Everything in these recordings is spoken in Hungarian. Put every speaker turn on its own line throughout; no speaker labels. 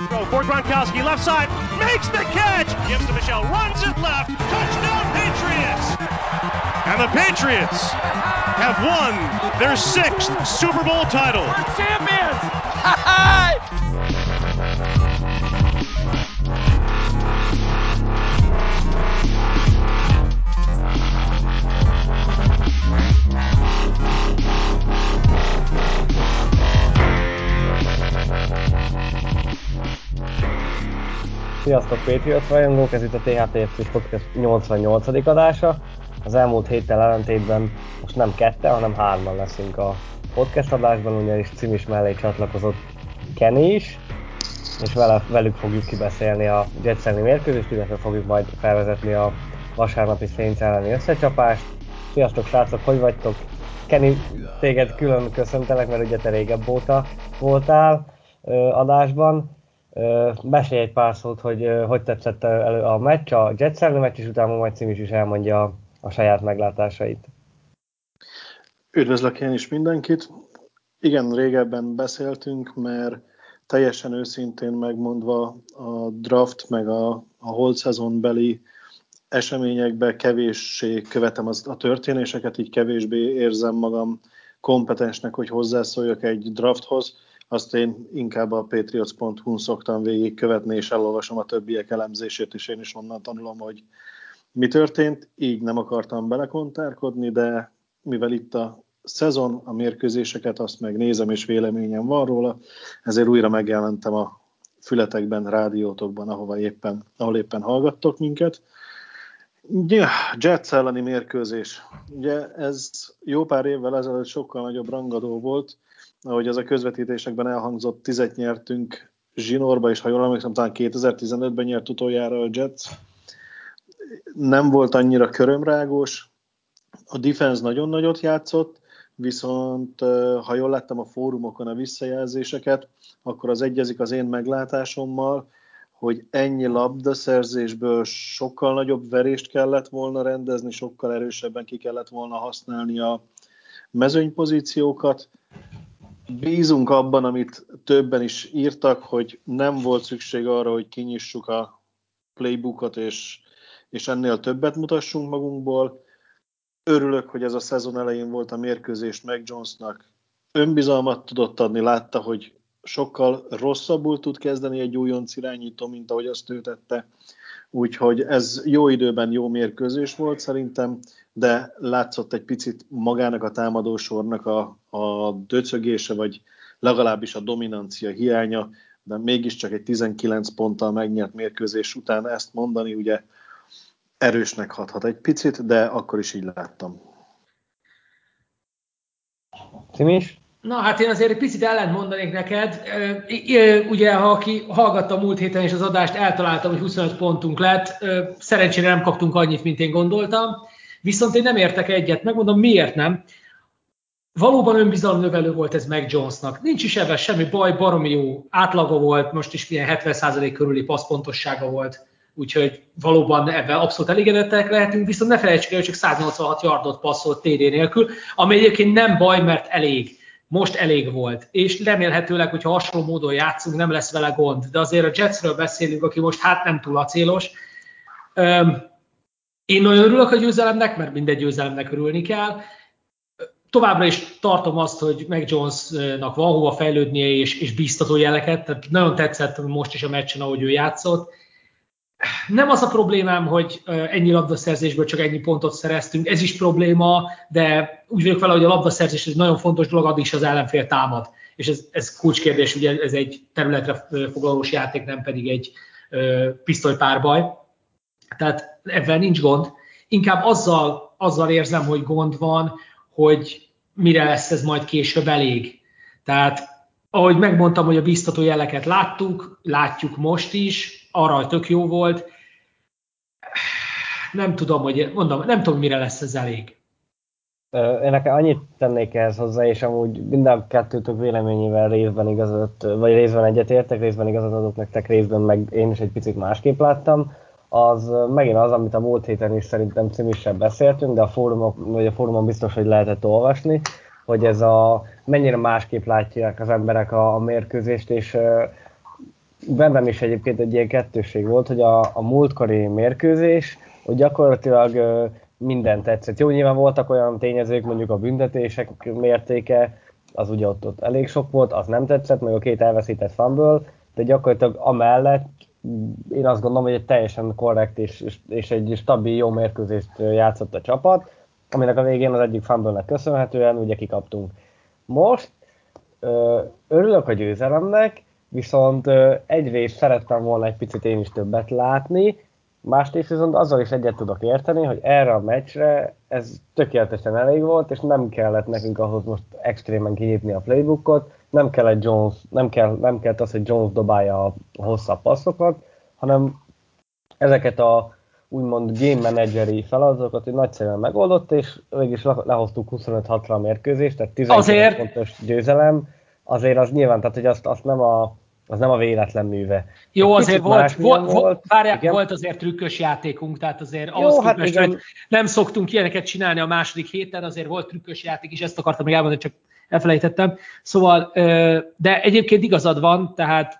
Go for Gronkowski, left side, makes the catch! Gives to Michel, runs it left, touchdown Patriots! And the Patriots have won their 6th Super Bowl title.
We're champions!
Sziasztok Patriots rajongók, ez itt a THPFC Podcast 88. adása. Az elmúlt héttel ellentétben most nem 2, hanem 3-an leszünk a podcast adásban, ugyanis Cimis mellé csatlakozott Kenny is, és velük fogjuk kibeszélni a Jets elleni mérkőzést, illetve fogjuk majd felvezetni a vasárnapi Saints elleni összecsapást. Sziasztok srácok, hogy vagytok? Kenny, téged külön köszöntelek, mert ugye te régebb óta voltál adásban. Mesélj egy pár szót, hogy tetszett a meccs, a Jets elleni meccs, és utána majd Cimis is elmondja a saját meglátásait.
Üdvözlök én is mindenkit. Igen, régebben beszéltünk, mert teljesen őszintén megmondva a draft meg a holt szezonbeli eseményekben kevéssé követem a történéseket, így kevésbé érzem magam kompetensnek, hogy hozzászóljak egy drafthoz. Azt én inkább a patriots.hu-n szoktam végigkövetni, és elolvasom a többiek elemzését, és én is onnan tanulom, hogy mi történt. Így nem akartam belekontárkodni, de mivel itt a szezon, a mérkőzéseket azt megnézem, és véleményem van róla, ezért újra megjelentem a fületekben, rádiótokban, ahol éppen hallgattok minket. Ja, Jets elleni mérkőzés. Ugye ez jó pár évvel ezelőtt sokkal nagyobb rangadó volt, ahogy ez a közvetítésekben elhangzott, 10-et nyertünk zsinórba, és ha jól emlékszem, talán 2015-ben nyert utoljára a Jets. Nem volt annyira körömrágós, a defense nagyon nagyot játszott, viszont ha jól láttam a fórumokon a visszajelzéseket, akkor az egyezik az én meglátásommal, hogy ennyi labdaszerzésből sokkal nagyobb verést kellett volna rendezni, sokkal erősebben ki kellett volna használni a mezőnypozíciókat. Bízunk abban, amit többen is írtak, hogy nem volt szükség arra, hogy kinyissuk a playbookot, és ennél többet mutassunk magunkból. Örülök, hogy ez a szezon elején volt a mérkőzés Mac Jonesnak. Önbizalmat tudott adni, látta, hogy sokkal rosszabbul tud kezdeni egy újonc irányító, mint ahogy azt ő tette. Úgyhogy ez jó időben jó mérkőzés volt szerintem, de látszott egy picit magának a támadósornak a döcögése, vagy legalábbis a dominancia hiánya, de mégiscsak egy 19 ponttal megnyert mérkőzés után ezt mondani, ugye erősnek hathat egy picit, de akkor is így láttam.
Cimis?
Na hát én azért egy picit ellent mondanék neked. Ugye, ha aki hallgatta múlt héten is az adást, eltaláltam, hogy 25 pontunk lett. Szerencsére nem kaptunk annyit, mint én gondoltam. Viszont én nem értek egyet. Megmondom, miért nem. Valóban önbizalomnövelő volt ez Mac Jonesnak. Nincs is ebben semmi baj, baromi jó átlaga volt, most is ilyen 70% körüli passzpontossága volt. Úgyhogy valóban ebben abszolút elégedettek lehetünk, viszont ne felejtsük el, hogy csak 186 yardot passzolt TD nélkül, ami egyébként nem baj, mert elég. Most elég volt, és remélhetőleg, hogyha hasonló módon játszunk, nem lesz vele gond. De azért a Jetsről beszélünk, aki most hát nem túl acélos. Én nagyon örülök a győzelemnek, mert minden győzelemnek örülni kell. Továbbra is tartom azt, hogy Mac Jonesnak van hova fejlődnie, és bíztató jeleket. Tehát nagyon tetszett most is a meccsen, ahogy ő játszott. Nem az a problémám, hogy ennyi labdaszerzésből csak ennyi pontot szereztünk, ez is probléma, de úgy vagyok vele, hogy a labdaszerzés egy nagyon fontos dolog, addig is az ellenfél támad. És ez kulcskérdés, ugye ez egy területre foglalós játék, nem pedig egy pisztolypárbaj. Tehát ebben nincs gond. Inkább azzal érzem, hogy gond van, hogy mire lesz ez majd később elég. Tehát ahogy megmondtam, hogy a bíztató jeleket látjuk most is, arra tök jó volt. Nem tudom, mire lesz ez elég.
Én nekem annyit tennék ehhez hozzá, és amúgy minden kettőtök véleményével részben igazat, vagy részben egyetértek, részben igazat adok nektek, részben meg én is egy picit másképp láttam. Az megint az, amit a múlt héten is szerintem címissel beszéltünk, de a fórumon biztos, hogy lehetett olvasni, hogy mennyire másképp látják az emberek a mérkőzést, és bennem is egyébként egy ilyen kettősség volt, hogy a múltkori mérkőzés, hogy gyakorlatilag minden tetszett. Jó, nyilván voltak olyan tényezők, mondjuk a büntetések mértéke, az ugye ott elég sok volt, az nem tetszett, meg a 2 elveszített fumble, de gyakorlatilag amellett én azt gondolom, hogy egy teljesen korrekt és egy stabil, jó mérkőzést játszott a csapat, aminek a végén az egyik fumble-nek köszönhetően ugye kikaptunk. Most örülök a győzelemnek, viszont egyrészt szerettem volna egy picit én is többet látni, másrészt viszont azzal is egyet tudok érteni, hogy erre a meccsre ez tökéletesen elég volt, és nem kellett nekünk ahhoz most extrémen kinyitni a playbookot, nem kellett az, hogy Jones dobálja a hosszabb passzokat, hanem ezeket a úgymond game manageri feladatokat hogy nagyszerűen megoldott, és végig lehoztuk 25-6-ra a mérkőzést, tehát 12 pontos győzelem, azért az nyilván, tehát hogy azt nem a véletlen műve.
Jó, azért volt azért trükkös játékunk, tehát azért ahhoz képest, hogy nem szoktunk ilyeneket csinálni a második héten, azért volt trükkös játék, és ezt akartam még elmondani, csak elfelejtettem. Szóval, de egyébként igazad van, tehát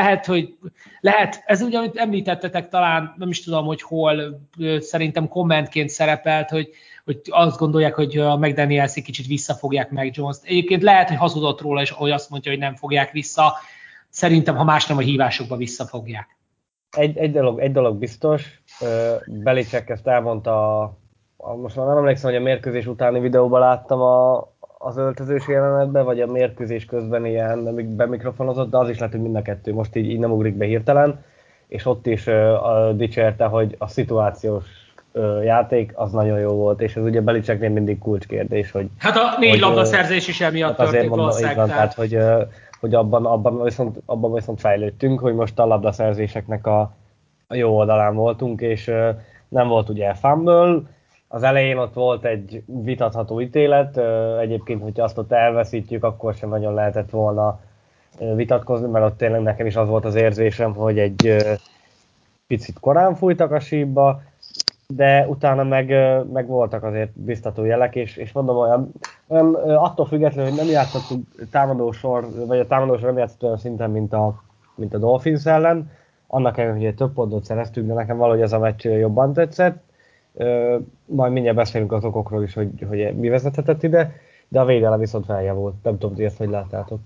lehet, ez ugye, amit említettetek, talán nem is tudom, hogy hol, szerintem kommentként szerepelt, hogy azt gondolják, hogy a McDaniels kicsit visszafogják meg Jones-t. Egyébként lehet, hogy hazudott róla, és hogy azt mondja, hogy nem fogják vissza. Szerintem, ha más nem, a hívásokba visszafogják.
Egy dolog biztos, Belichick ezt elmondta, most már nem emlékszem, hogy a mérkőzés utáni videóban láttam az öltözős jelenetben, vagy a mérkőzés közben ilyen bemikrofonozott, de az is lehet, hogy mind a kettő, most így nem ugrik be hirtelen, és ott is dicsérte, hogy a szituációs játék az nagyon jó volt, és ez ugye Belichicknél mindig kulcskérdés, hogy...
Hát a 4 labdaszerzés is emiatt történt valószínűleg.
Tehát, hogy abban viszont fejlődtünk, hogy most a labdaszerzéseknek a jó oldalán voltunk, és nem volt ugye fumble. Az elején ott volt egy vitatható ítélet, egyébként, hogyha azt ott elveszítjük, akkor sem nagyon lehetett volna vitatkozni, mert ott tényleg nekem is az volt az érzésem, hogy egy picit korán fújtak a sípba, de utána meg voltak azért biztató jelek, és mondom, olyan attól függetlenül, hogy nem játszottunk támadósor, vagy a támadósor nem játszott olyan szinten, mint a Dolphins ellen, annak ellenére, hogy több pontot szereztünk, de nekem valahogy ez a meccs jobban tetszett. Majd mindjárt beszélünk az okokról is, hogy mi vezethetett ide, de a védelem viszont feljavult. Nem tudom, hogy ezt hogy láttátok.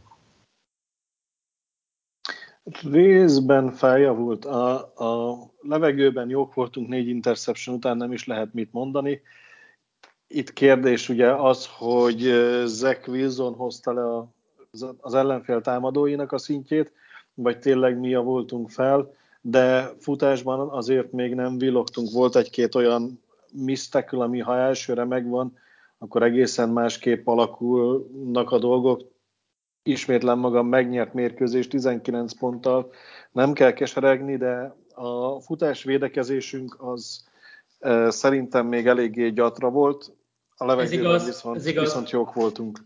Részben feljavult. A levegőben jók voltunk 4 interception után, nem is lehet mit mondani. Itt kérdés ugye az, hogy Zach Wilson hozta le az ellenfél támadóinak a szintjét, vagy tényleg mi voltunk fel, de futásban azért még nem villogtunk. Volt egy-két olyan miss tackle, ami ha elsőre megvan, akkor egészen másképp alakulnak a dolgok. Ismétlem magam, megnyert mérkőzés 19 ponttal, nem kell keseregni, de a futás védekezésünk az szerintem még eléggé gyatra volt, a levegőben viszont jók voltunk.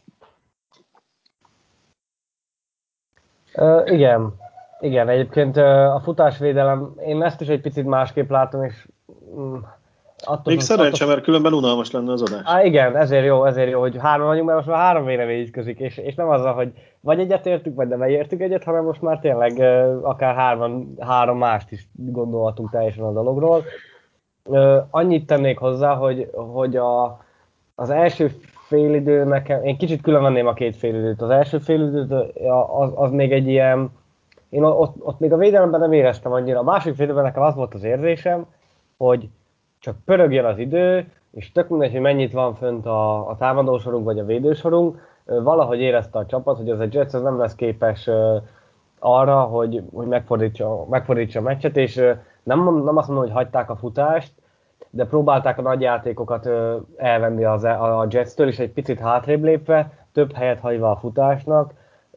Igen, egyébként a futásvédelem, én ezt is egy picit másképp látom, és
még szerencse, mert különben unalmas lenne az adás.
Igen, ezért jó, hogy 3 vagyunk, mert most már 3 vélemény ütközik, és nem azzal, hogy vagy egyet értük, vagy nem értük egyet, hanem most már tényleg akár 3 mást is gondolhatunk teljesen a dologról. Annyit tennék hozzá, hogy az első félidő nekem, én kicsit különvenném a 2 félidőt. Az első félidőt az még egy ilyen, én ott még a védelemben nem éreztem annyira. A második félidőben nekem az volt az érzésem, hogy csak pörögjön az idő, és tök mindegy, hogy mennyit van fönt a támadósorunk vagy a védősorunk, valahogy érezte a csapat, hogy az a Jets nem lesz képes arra, hogy megfordítsa a meccset, és nem azt mondom, hogy hagyták a futást, de próbálták a nagy játékokat elvenni a Jetstől, és egy picit hátrébb lépve, több helyet hagyva a futásnak.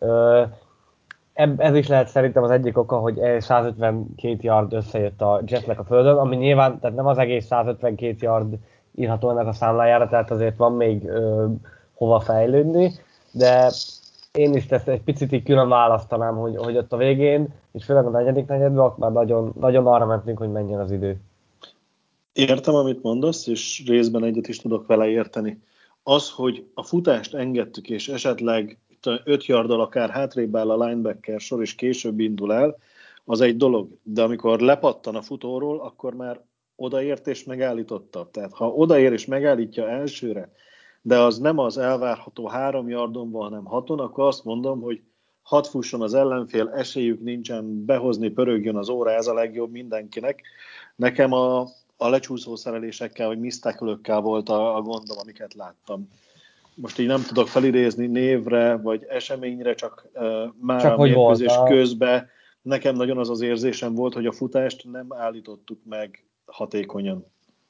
Ez is lehet szerintem az egyik oka, hogy 152 yard összejött a Jetsnek a földön, ami nyilván, tehát nem az egész 152 yard írható ennek a számlájára, tehát azért van még hova fejlődni, de én is ezt egy picit így külön választanám, hogy ott a végén, és főleg a negyedik negyedben már nagyon, nagyon arra mentünk, hogy menjen az idő.
Értem, amit mondasz, és részben egyet is tudok vele érteni. Az, hogy a futást engedtük, és esetleg 5 yarddal akár hátrébb áll a linebacker sor, és később indul el, az egy dolog, de amikor lepattan a futóról, akkor már odaért és megállította. Tehát ha odaér és megállítja elsőre, de az nem az elvárható 3 yardon van, hanem 6-on, akkor azt mondom, hogy 6 fusson az ellenfél, esélyük nincsen behozni, pörögjön az óra, ez a legjobb mindenkinek. Nekem a lecsúszó szerelésekkel, vagy misztekölökkel volt a gondom, amiket láttam. Most így nem tudok felidézni névre, vagy eseményre, csak már csak a mérkőzés közben nekem nagyon az érzésem volt, hogy a futást nem állítottuk meg hatékonyan.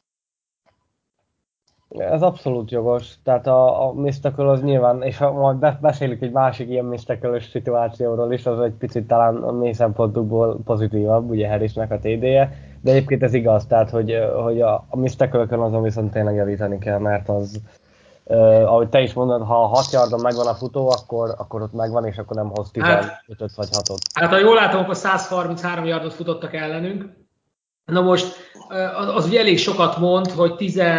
Ez abszolút jogos, tehát a Mystical az nyilván, és ha majd beszélünk egy másik ilyen Mystical-ös szituációról is, az egy picit talán a mély szempontból pozitívabb, ugye Harrisnek a TD-je, de egyébként ez igaz, tehát hogy a Mystical-ökön azon viszont tényleg javítani kell, mert az, ahogy te is mondod, ha 6 yardon megvan a futó, akkor ott megvan, és akkor nem hoz 15-öt vagy 6-ot.
Hát ha jól látom, akkor 133 yardot futottak ellenünk. Na most az ugye elég sokat mond, hogy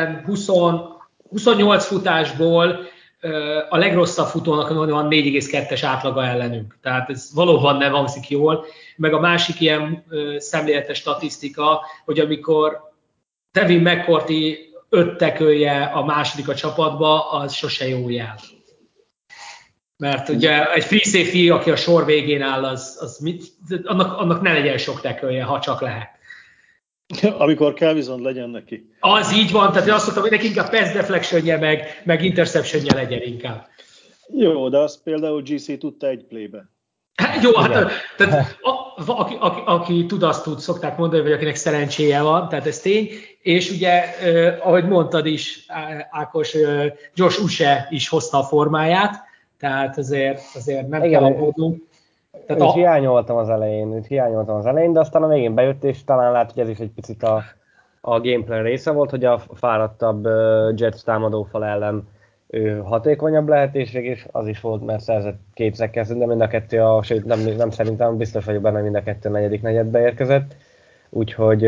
28 futásból a legrosszabb futónak van 4,2-es átlaga ellenünk. Tehát ez valóban nem hangzik jól. Meg a másik ilyen szemléletes statisztika, hogy amikor Tevin McCourty 5 tekölje a második a csapatba, az sose jó jel. Mert ugye egy free safety, aki a sor végén áll, annak ne legyen sok tekölje, ha csak lehet.
Amikor kell, viszont legyen neki.
Az így van, tehát én azt mondtam, hogy neki inkább pass deflectionje, meg interceptionje legyen inkább.
Jó, de azt például GC tudta egy playbe.
Jó, hát tehát, aki tud, azt tud, szokták mondani, vagy akinek szerencséje van, tehát ez tény. És ugye, ahogy mondtad is, Ákos, Josh Uche is hozta a formáját, tehát azért nem kell aggódnunk.
Őt hiányoltam az elején, de aztán a végén bejött, és talán lehet, hogy ez is egy picit a gameplan része volt, hogy a fáradtabb Jets támadófal ellen hatékonyabb lehetőség, és az is volt, mert szerzett 2 szekkel, de mind a kettő, sőt nem szerintem, biztos vagyok benne, mind a kettő a negyedik negyedbe érkezett. Úgyhogy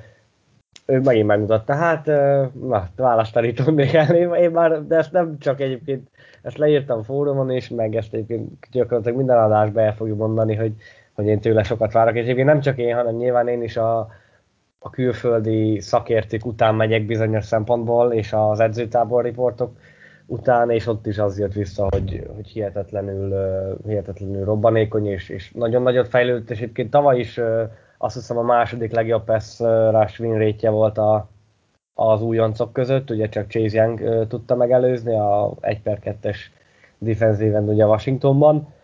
ő megint megmutatta, hát választani tudnék el, de ezt nem csak egyébként, ezt leírtam fórumon is, meg ezt egyébként gyakorlatilag minden adásban el fogjuk mondani, hogy én tőle sokat várok, és egyébként nem csak én, hanem nyilván én is a külföldi szakértők után megyek bizonyos szempontból, és az edzőtábor riportok után, és ott is az jött vissza, hogy hihetetlenül robbanékony, és nagyon nagyot fejlődött, és egyébként tavaly is azt hiszem a második legjobb pass rush win rate-je volt az újoncok között, ugye csak Chase Young tudta megelőzni a 1/2-es defensíven ugye Washingtonban.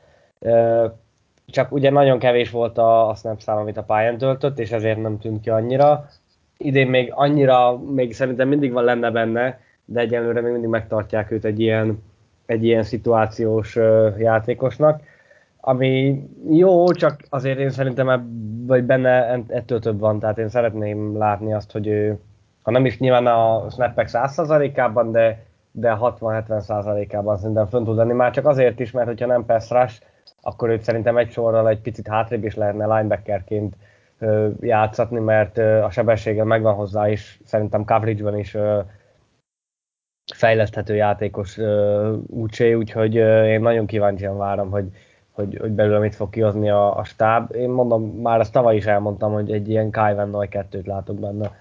Csak ugye nagyon kevés volt a snap szám, amit a pályán töltött, és ezért nem tűnt ki annyira. Idén még szerintem mindig van lenne benne, de egyelőre még mindig megtartják őt egy ilyen szituációs játékosnak. Ami jó, csak azért én szerintem benne ettől több van, tehát én szeretném látni azt, hogy ő, ha nem is nyilván a snappek 100%-ában, de 60-70%-ában szerintem fönn tud lenni, már csak azért is, mert hogyha nem pass rush, akkor őt szerintem egy sorral egy picit hátrébb is lehetne linebackerként játszatni, mert a sebessége megvan hozzá, és szerintem coverage-ben is fejleszthető játékos úgyhogy én nagyon kíváncsian várom, hogy belőle mit fog kihozni a stáb. Én mondom, már ezt tavaly is elmondtam, hogy egy ilyen Kai Van Noy 2-t látok benne.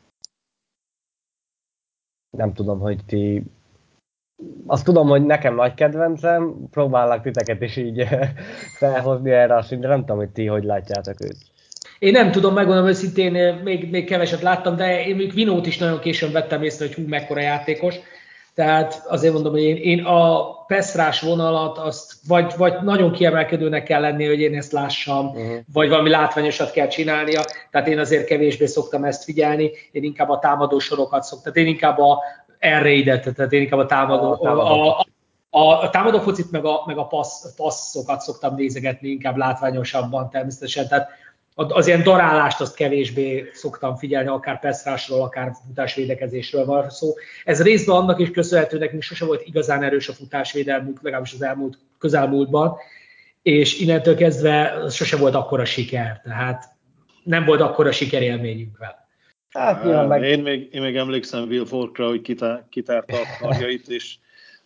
Nem tudom, hogy ti... Azt tudom, hogy nekem nagy kedvencem, próbálok titeket is így felhozni erre a szintre, nem tudom, hogy ti hogy látjátok őt.
Én nem tudom, megmondom őszintén, még keveset láttam, de én még Vinót is nagyon későn vettem észre, hogy mekkora játékos. Tehát azért mondom, hogy én a pass-rush vonalat azt vagy nagyon kiemelkedőnek kell lenni, hogy én ezt lássam, vagy valami látványosat kell csinálnia. Tehát én azért kevésbé szoktam ezt figyelni, én inkább a támadó sorokat szoktam. Tehát én inkább a air raidet, tehát én inkább a támadó focit meg a passzokat szoktam nézegetni, inkább látványosabban természetesen. Tehát az ilyen darálást azt kevésbé szoktam figyelni, akár pass-rushról, akár futásvédekezésről van szó. Ez részben annak is köszönhető, nekünk sose volt igazán erős a futásvédelmünk, legalábbis az elmúlt közelmúltban, és innentől kezdve sose volt akkora siker, tehát nem volt akkora sikerélményünk vele.
Hát, én még emlékszem Will Forkra, hogy kitárta a karjait, és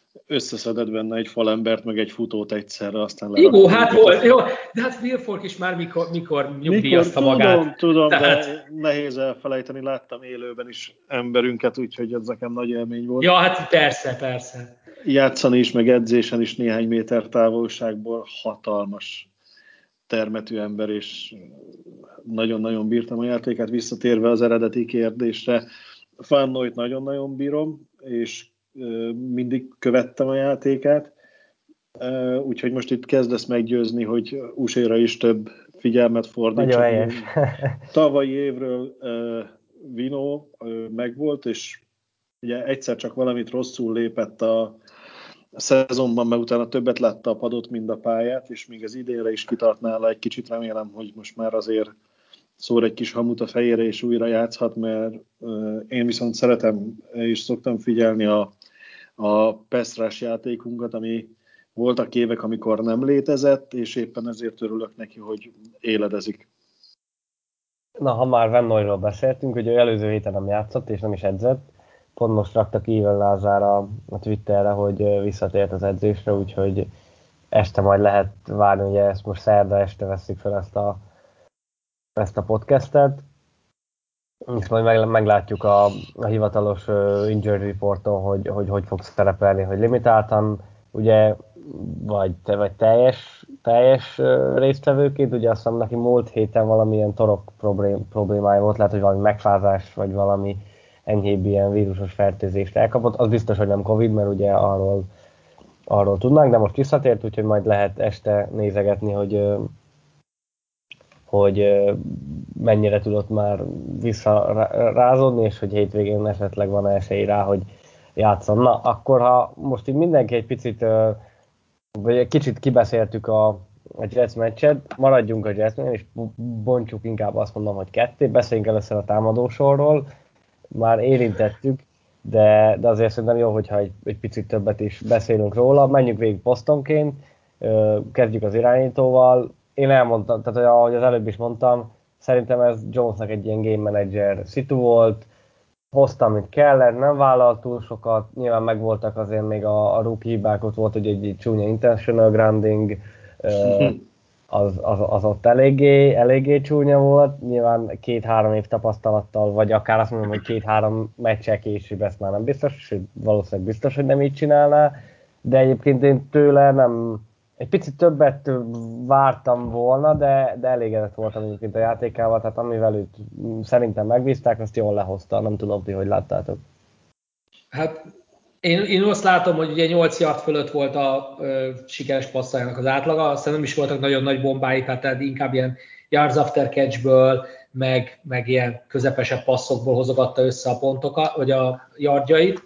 összeszedett benne egy falembert, meg egy futót egyszerre, aztán lerakott.
Jó, hát volt, jó, de hát Will Fork is már mikor nyugdíjazta magát.
Tudom, de nehéz elfelejteni, láttam élőben is emberünket, úgyhogy ez nekem nagy élmény volt.
Ja, hát persze.
Játszani is, meg edzésen is néhány méter távolságból hatalmas termetű ember, és nagyon-nagyon bírtam a játékát. Visszatérve az eredeti kérdésre, Fannoyt nagyon-nagyon bírom, és mindig követtem a játékát, úgyhogy most itt kezdesz meggyőzni, hogy Uséra is több figyelmet fordítsak.
Nagyon helyes.
Tavalyi évről Vino megvolt, és ugye egyszer csak valamit rosszul lépett a szezonban, mert utána többet látta a padot, mint a pályát, és még az idénre is kitart nála egy kicsit, remélem, hogy most már azért szór egy kis hamut a fejére, és újra játszhat, mert én viszont szeretem, és szoktam figyelni a pass játékunkat, ami voltak évek, amikor nem létezett, és éppen ezért örülök neki, hogy éledezik.
Na, ha már Van Noyról beszéltünk, hogy ő előző héten nem játszott, és nem is edzett, pont most rakta ki Ivan Lázár a Twitterre, hogy visszatért az edzésre, úgyhogy este majd lehet várni, ugye ezt most szerda este veszik fel ezt a podcastet. És majd meglátjuk a hivatalos injury reporton, hogy fog szerepelni, hogy limitáltan, ugye, vagy teljes résztvevőként, ugye azt hiszem neki múlt héten valamilyen torok problémája volt, lehet, hogy valami megfázás, vagy valami enyhébb ilyen vírusos fertőzést elkapott. Az biztos, hogy nem Covid, mert ugye arról tudnánk, de most visszatért, úgyhogy majd lehet este nézegetni, hogy mennyire tudott már visszarázódni, és hogy hétvégén esetleg van esély rá, hogy játszon. Na, akkor ha most így mindenki egy picit, vagy egy kicsit kibeszéltük a Jets meccset, maradjunk a Jetsnél, és bontsuk inkább azt mondom, hogy beszéljünk először a támadósorról, már érintettük, de azért szerintem jó, hogyha egy picit többet is beszélünk róla. Menjünk végig posztonként, kezdjük az irányítóval. Én elmondtam, tehát ahogy az előbb is mondtam, szerintem ez Jonesnak egy ilyen game manager szitu volt, hozta, amit kellett, nem vállalt túl sokat, nyilván megvoltak azért még a rookie hibák, ott volt, hogy egy csúnya intentional grounding, az ott eléggé csúnya volt, nyilván 2-3 év tapasztalattal, vagy akár azt mondom, hogy 2-3 meccsel később, ezt már nem biztos, sőt, valószínűleg biztos, hogy nem így csinálná, de egyébként én tőle nem, egy picit többet vártam volna, de elégedett voltam egyébként a játékával, tehát amivel őt szerintem megbízták, azt jól lehozta, nem tudom, ti hogy láttátok.
Hát én azt látom, hogy ugye 8 yard fölött volt a sikeres passzoljának az átlaga, aztán nem is voltak nagyon nagy bombái, tehát inkább ilyen yards after catchből, meg ilyen közepesebb passzokból hozogatta össze a pontokat, vagy a yardjait.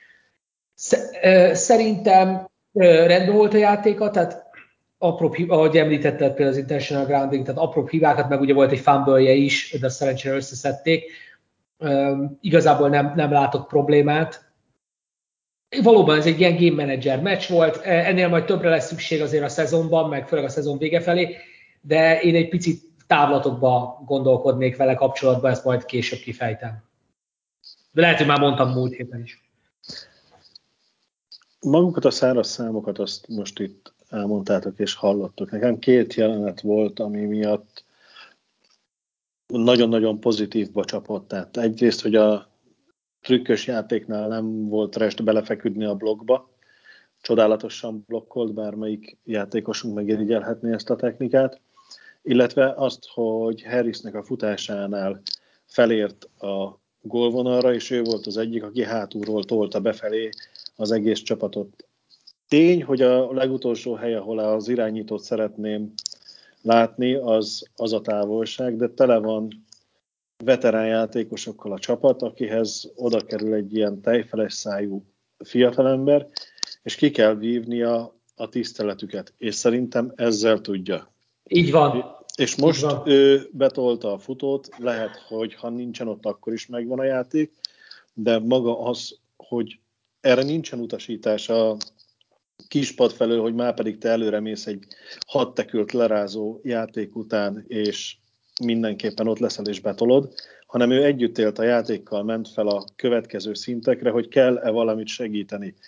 Szerintem rendben volt a játéka, tehát apróbb, ahogy említetted például az intentional grounding, tehát apróbb hibákat, meg ugye volt egy fumble-je is, de szerencsére összeszedték. Igazából nem látok problémát. Valóban ez egy ilyen game manager meccs volt, ennél majd többre lesz szükség azért a szezonban, meg főleg a szezon vége felé, de én egy picit távlatokba gondolkodnék vele kapcsolatban, ezt majd később kifejtem. De lehet, hogy már mondtam múlt héten is.
Magukat a száraz számokat azt most itt elmondtátok és hallottok. Nekem 2 jelenet volt, ami miatt nagyon-nagyon pozitívba csapott. Tehát egyrészt, hogy a trükkös játéknál nem volt rest belefeküdni a blokkba. Csodálatosan blokkolt, bármelyik játékosunk megirigyelhetné ezt a technikát. Illetve azt, hogy Harrisnek a futásánál felért a gólvonalra, és ő volt az egyik, aki hátulról tolta befelé az egész csapatot. Tény, hogy a legutolsó hely, ahol az irányítót szeretném látni, az a távolság, de tele van veterán játékosokkal a csapat, akihez oda kerül egy ilyen tejfeles szájú fiatalember, és ki kell vívnia a tiszteletüket, és szerintem ezzel tudja.
Így van.
És most ő betolta a futót, lehet, hogy ha nincsen ott, akkor is megvan a játék, de maga az, hogy erre nincsen utasítás a kispad felől, hogy már pedig te előre mész egy 6 tekült lerázó játék után, és mindenképpen ott leszel és betolod, hanem ő együtt élt a játékkal, ment fel a következő szintekre, hogy kell-e valamit segíteni.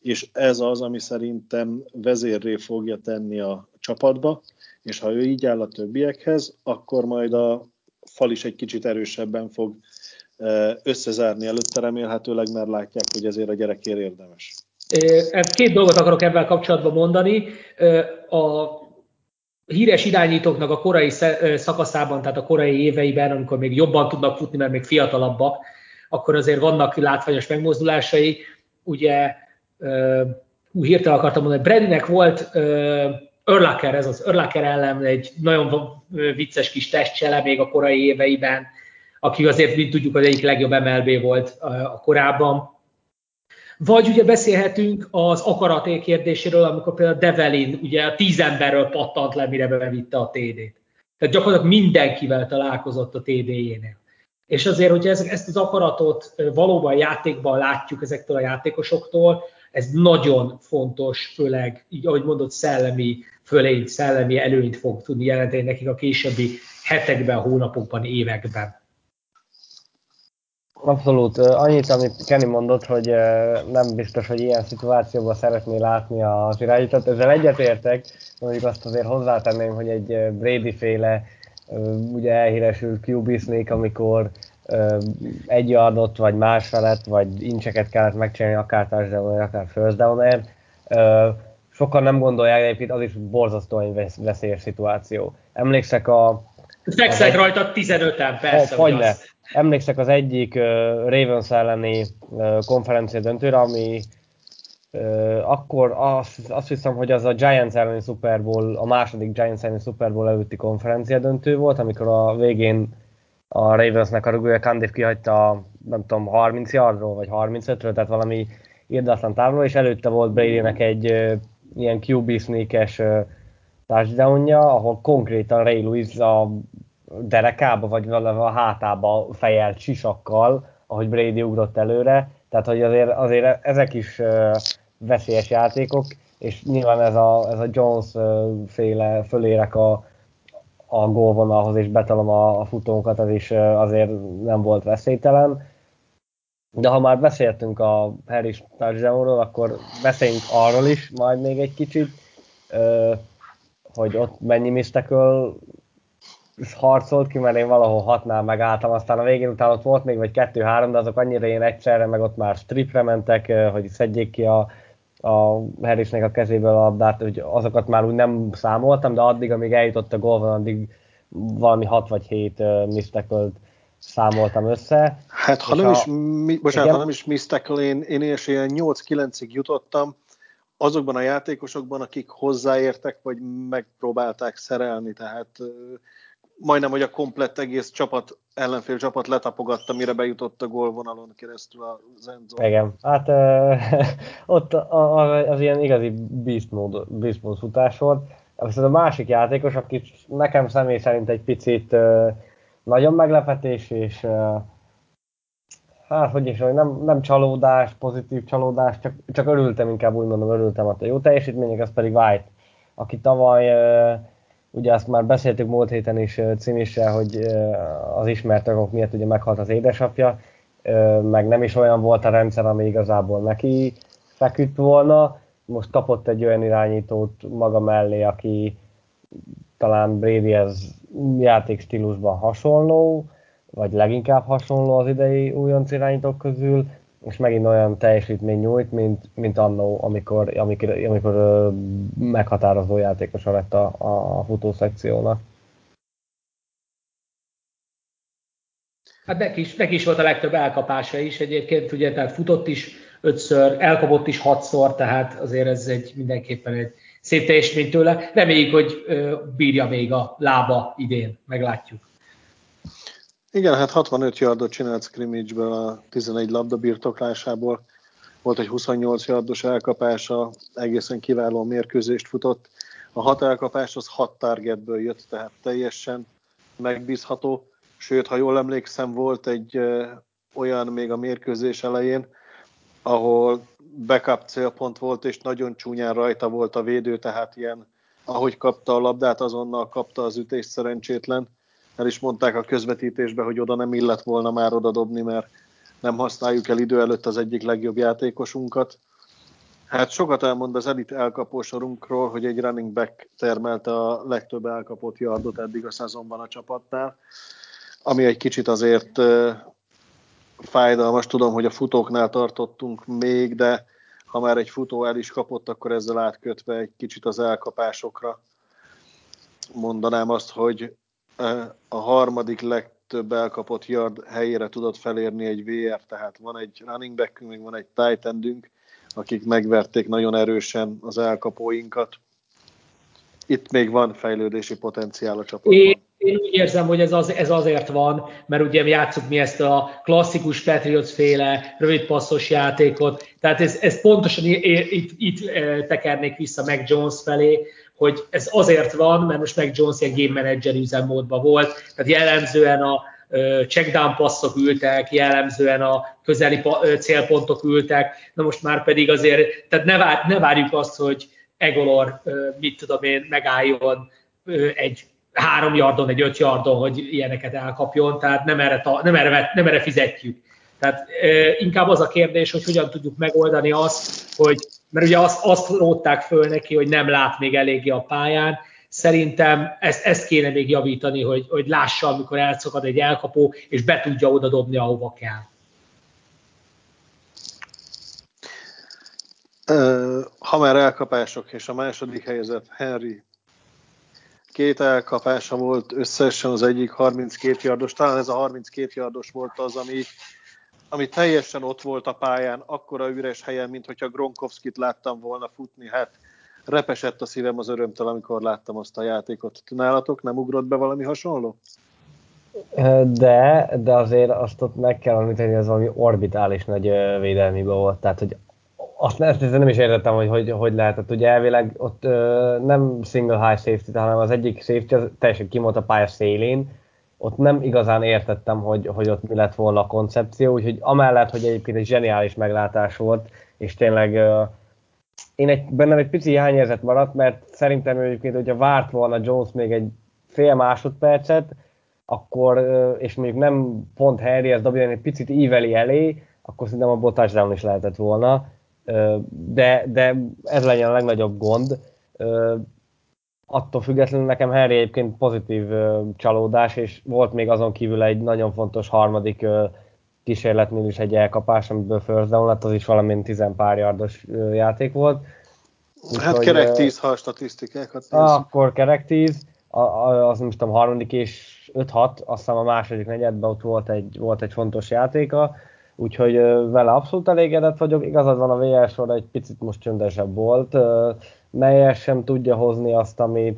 és ez az, ami szerintem vezérré fogja tenni a csapatba, és ha ő így áll a többiekhez, akkor majd a fal is egy kicsit erősebben fog összezárni előtte remélhetőleg, mert látják, hogy ezért a gyerekért érdemes.
Két dolgot akarok ebben kapcsolatban mondani. A híres irányítóknak a korai szakaszában, tehát a korai éveiben, amikor még jobban tudnak futni, mert még fiatalabbak, akkor azért vannak látványos megmozdulásai. Ugye, hirtelen akartam mondani, Bradynek volt Urlacher, ez az Urlacher ellen egy nagyon vicces kis testcsele még a korai éveiben, aki azért, mint tudjuk, az egyik legjobb MLB volt a korábban. Vagy ugye beszélhetünk az akaraté kérdéséről, amikor például Develin ugye a 10 emberről pattant le, mire bevitte a TD-t. Tehát gyakorlatilag mindenkivel találkozott a TD-jénél. És azért, hogyha ezt az akaratot valóban játékban látjuk ezektől a játékosoktól, ez nagyon fontos, főleg, így ahogy mondod, szellemi előnyt fog tudni jelenteni nekik a későbbi hetekben, hónapokban, években.
Abszolút. Annyit, amit Kenny mondott, hogy nem biztos, hogy ilyen szituációban szeretné látni az irányítót. Ezzel egyetértek, mondjuk azt azért hozzátenném, hogy egy Brady-féle ugye elhíresült QB sneak, amikor egy yardot, vagy más felett, vagy incseket kellett megcsinálni, akár touchdown, akár first downer. Sokan nem gondolják, de egyébként az is borzasztóan veszélyes szituáció. Emlékszek
fekszek rajta 15-en, persze, hogy azt.
Emlékszek az egyik Ravens elleni konferencia döntőre, ami akkor azt hiszem, hogy az a Giants elleni Super Bowl, a második Giants elleni Super Bowl előtti konferencia döntő volt, amikor a végén a Ravensnek a rugója Cundiff kihagyta, nem tudom, 30 yardról, vagy 35-ről, tehát valami irdatlan távolról, és előtte volt Bradynek egy ilyen QB sneak-es touchdownja, ahol konkrétan Ray Lewis a derekába, vagy valahol a hátába fejelt sisakkal, ahogy Brady ugrott előre, tehát hogy azért ezek is veszélyes játékok, és nyilván ez a Jones féle fölérek a gólvonalhoz, és betalom a futónkat, ez is azért nem volt veszélytelen. De ha már beszéltünk a Harris touchdownról, akkor beszéljünk arról is majd még egy kicsit, hogy ott mennyi missed harcolt ki, mert én valahol 6-nál megálltam, aztán a végén után ott volt még vagy 2-3, de azok annyira én egyszerre, meg ott már stripre mentek, hogy szedjék ki a Harrisnek a kezéből a labdát, hogy azokat már úgy nem számoltam, de addig, amíg eljutott a gólvon, addig valami 6 vagy 7 missed számoltam össze.
Hát ha nem is missed tackle, én is ilyen 8-9-ig jutottam, azokban a játékosokban, akik hozzáértek, vagy megpróbálták szerelni, tehát majdnem, hogy a komplett egész ellenfél csapat letapogatta, mire bejutott a gólvonalon keresztül az endzone.
Igen, hát ott az ilyen igazi beast mode futás volt. Viszont a másik játékos, aki nekem személy szerint egy picit nagyon meglepetés, és hát hogy is, hogy nem csalódás, pozitív csalódás, csak örültem, inkább úgy mondom, örültem a jó teljesítmények, az pedig White, aki tavaly, ugye azt már beszéltük múlt héten is címissel, hogy az ismert okok miatt ugye meghalt az édesapja, meg nem is olyan volt a rendszer, ami igazából neki feküdt volna. Most kapott egy olyan irányítót maga mellé, aki talán Bradyhez játékstílusban hasonló, vagy leginkább hasonló az idei újonc irányítók közül, és megint olyan teljesítmény nyújt, mint annó, amikor meghatározó játékosa lett a futószekciónak.
Hát neki is volt a legtöbb elkapása is egyébként, ugye, tehát futott is 5-ször, elkapott is 6-szor, tehát azért ez mindenképpen egy szép teljesítmény tőle. Reméljük, hogy bírja még a lába idén, meglátjuk.
Igen, hát 65 yardot csinált scrimmage-ből a 11 labda birtoklásából. Volt egy 28 yardos elkapása, egészen kiváló mérkőzést futott. A 6 elkapás az 6 targetből jött, tehát teljesen megbízható. Sőt, ha jól emlékszem, volt egy olyan még a mérkőzés elején, ahol backup célpont volt, és nagyon csúnyán rajta volt a védő, tehát ilyen, ahogy kapta a labdát, azonnal kapta az ütést szerencsétlen. El is mondták a közvetítésbe, hogy oda nem illett volna már oda dobni, mert nem használjuk el idő előtt az egyik legjobb játékosunkat. Hát sokat elmond az elit elkapósorunkról, hogy egy running back termelte a legtöbb elkapott yardot eddig a szezonban a csapatnál, ami egy kicsit azért fájdalmas. Tudom, hogy a futóknál tartottunk még, de ha már egy futó el is kapott, akkor ezzel átkötve egy kicsit az elkapásokra mondanám azt, hogy a harmadik legtöbb elkapott yard helyére tudott felérni egy VR, tehát van egy running backünk, még van egy tight endünk, akik megverték nagyon erősen az elkapóinkat. Itt még van fejlődési potenciál a csapatban.
Én úgy érzem, hogy ez azért van, mert ugye játsszuk mi ezt a klasszikus Patriots-féle rövidpasszos játékot, tehát ez pontosan itt tekernék vissza Mac Jones felé, hogy ez azért van, mert most Mac Jones ilyen game manager üzemmódban volt, tehát jellemzően a checkdown passzok ültek, jellemzően a közeli célpontok ültek, na most már pedig azért, tehát ne várjuk azt, hogy Agholor, mit tudom én, megálljon egy 3 yardon, egy 5 yardon, hogy ilyeneket elkapjon, tehát nem erre fizetjük. Tehát inkább az a kérdés, hogy hogyan tudjuk megoldani azt, hogy, mert ugye azt rótták föl neki, hogy nem lát még eléggé a pályán. Szerintem ezt kéne még javítani, hogy lássa, amikor elszakad egy elkapó, és be tudja oda dobni, ahova kell.
Ha már elkapások, és a második helyzet Henry 2 elkapása volt összesen, az egyik 32 yardos, talán ez a 32 yardos volt az, ami teljesen ott volt a pályán, akkora üres helyen, mint hogyha Gronkowskit láttam volna futni, hát repesett a szívem az örömtől, amikor láttam azt a játékot. Nálatok nem ugrott be valami hasonló?
De azért azt ott meg kell említeni, hogy ez valami orbitális nagy védelmi volt, tehát hogy ezt nem is értettem, hogy lehetett. Ugye elvileg ott nem single high safety, hanem az egyik safety az teljesen kimolta a pálya szélén. Ott nem igazán értettem, hogy ott mi lett volna a koncepció, úgyhogy amellett, hogy egyébként egy zseniális meglátás volt, és tényleg bennem egy pici hiányérzet maradt, mert szerintem egyébként, hogyha várt volna Jones még egy fél másodpercet, akkor, és mondjuk nem pont Henry, ez dobja egy picit íveli elé, akkor szerintem a touchdown is lehetett volna. De ez legyen a legnagyobb gond. Attól függetlenül nekem Henry egyébként pozitív csalódás, és volt még azon kívül egy nagyon fontos harmadik kísérletnél is egy elkapás, amiből first down lett, az is valamint 10 pár yardos játék volt.
Hát kerek 10, ha a statisztikákat nézzük.
Akkor kerek 10, az nem tudom, harmadik és 5-6, azt hiszem a második negyedben ott volt egy fontos játéka, úgyhogy vele abszolút elégedett vagyok. Igazad van, a VR sor egy picit most csöndesebb volt. Melyes sem tudja hozni azt,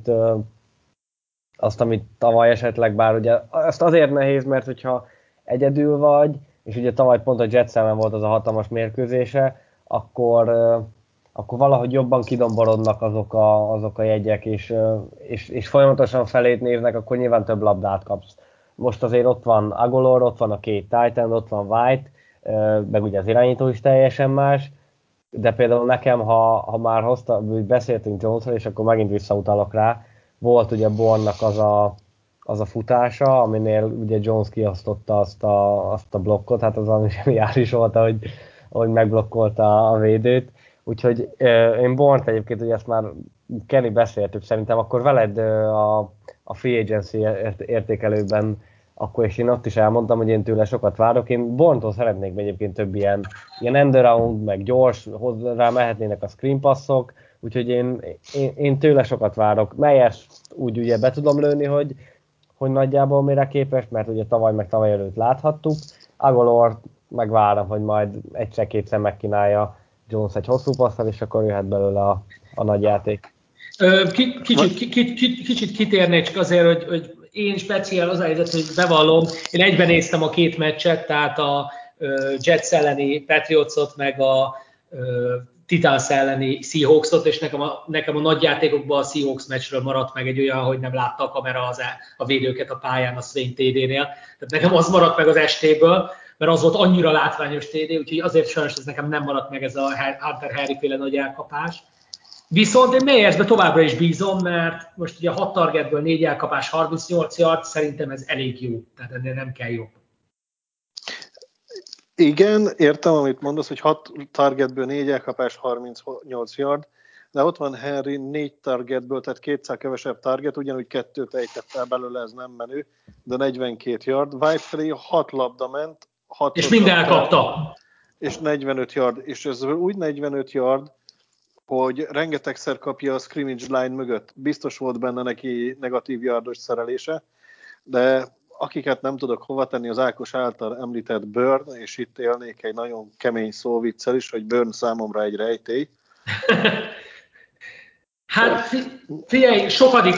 amit tavaly esetleg, bár ugye ezt azért nehéz, mert hogyha egyedül vagy, és ugye tavaly pont a Jets ellen volt az a hatalmas mérkőzése, akkor valahogy jobban kidomborodnak azok a jegyek, és folyamatosan felét néznek, akkor nyilván több labdát kapsz. Most azért ott van Agholor, ott van a 2 tight end, ott van White, meg ugye az irányító is teljesen más, de például nekem, ha már beszéltünk Jonesról, és akkor megint visszautalok rá, volt ugye Bourne-nak az a futása, aminél ugye Jones kiosztotta azt a blokkot, hát az valami zseniális volt, ahogy megblokkolta a védőt. Úgyhogy én Bourne-t egyébként, ugye ezt már Kenny beszéltük, szerintem akkor veled a Free Agency értékelőben, akkor és én ott is elmondtam, hogy én tőle sokat várok. Én Bourne-tól szeretnék egyébként több ilyen end-around, meg gyors, rá mehetnének a screen passzok, úgyhogy én tőle sokat várok. Melyest úgy ugye be tudom lőni, hogy nagyjából mire képes, mert ugye tavaly előtt láthattuk. Agholor megvárom, hogy majd egyszer-kétszer megkínálja Jones egy hosszú passzal, és akkor jöhet belőle a nagy játék.
Kicsit kitérnék csak azért, hogy én speciál az a helyzet, hogy bevallom, én egyben néztem a 2 meccset, tehát a Jets elleni Patriotsot, meg a Titans elleni Seahawksot, és nekem a nagy játékokban a Seahawks meccsről maradt meg egy olyan, hogy nem látta a kamera a védőket a pályán a Swain TD-nél. Tehát nekem az maradt meg az estéből, mert az volt annyira látványos TD, úgyhogy azért sajnos ez nekem nem maradt meg ez a Hunter Henry-féle nagy elkapás. Viszont én Meyersbe továbbra is bízom, mert most ugye 6 targetből 4 elkapás, 38 yard, szerintem ez elég jó, tehát ennél nem kell jobb.
Igen, értem, amit mondasz, hogy 6 targetből 4 elkapás, 38 yard, de ott van Henry 4 targetből, tehát 2-szer kevesebb target, ugyanúgy 2-t ejtett el belőle, ez nem menő, de 42 yard. White felé 6 labda ment, 6
És mind elkapta.
És 45 yard, és ez úgy 45 yard, hogy rengetegszer kapja a scrimmage line mögött. Biztos volt benne neki negatív yardos szerelése, de akiket nem tudok hova tenni, az Ákos által említett Burn, és itt élnék egy nagyon kemény szóviccel is, hogy Burn számomra egy rejtély.
Hát figyelj, sokadik,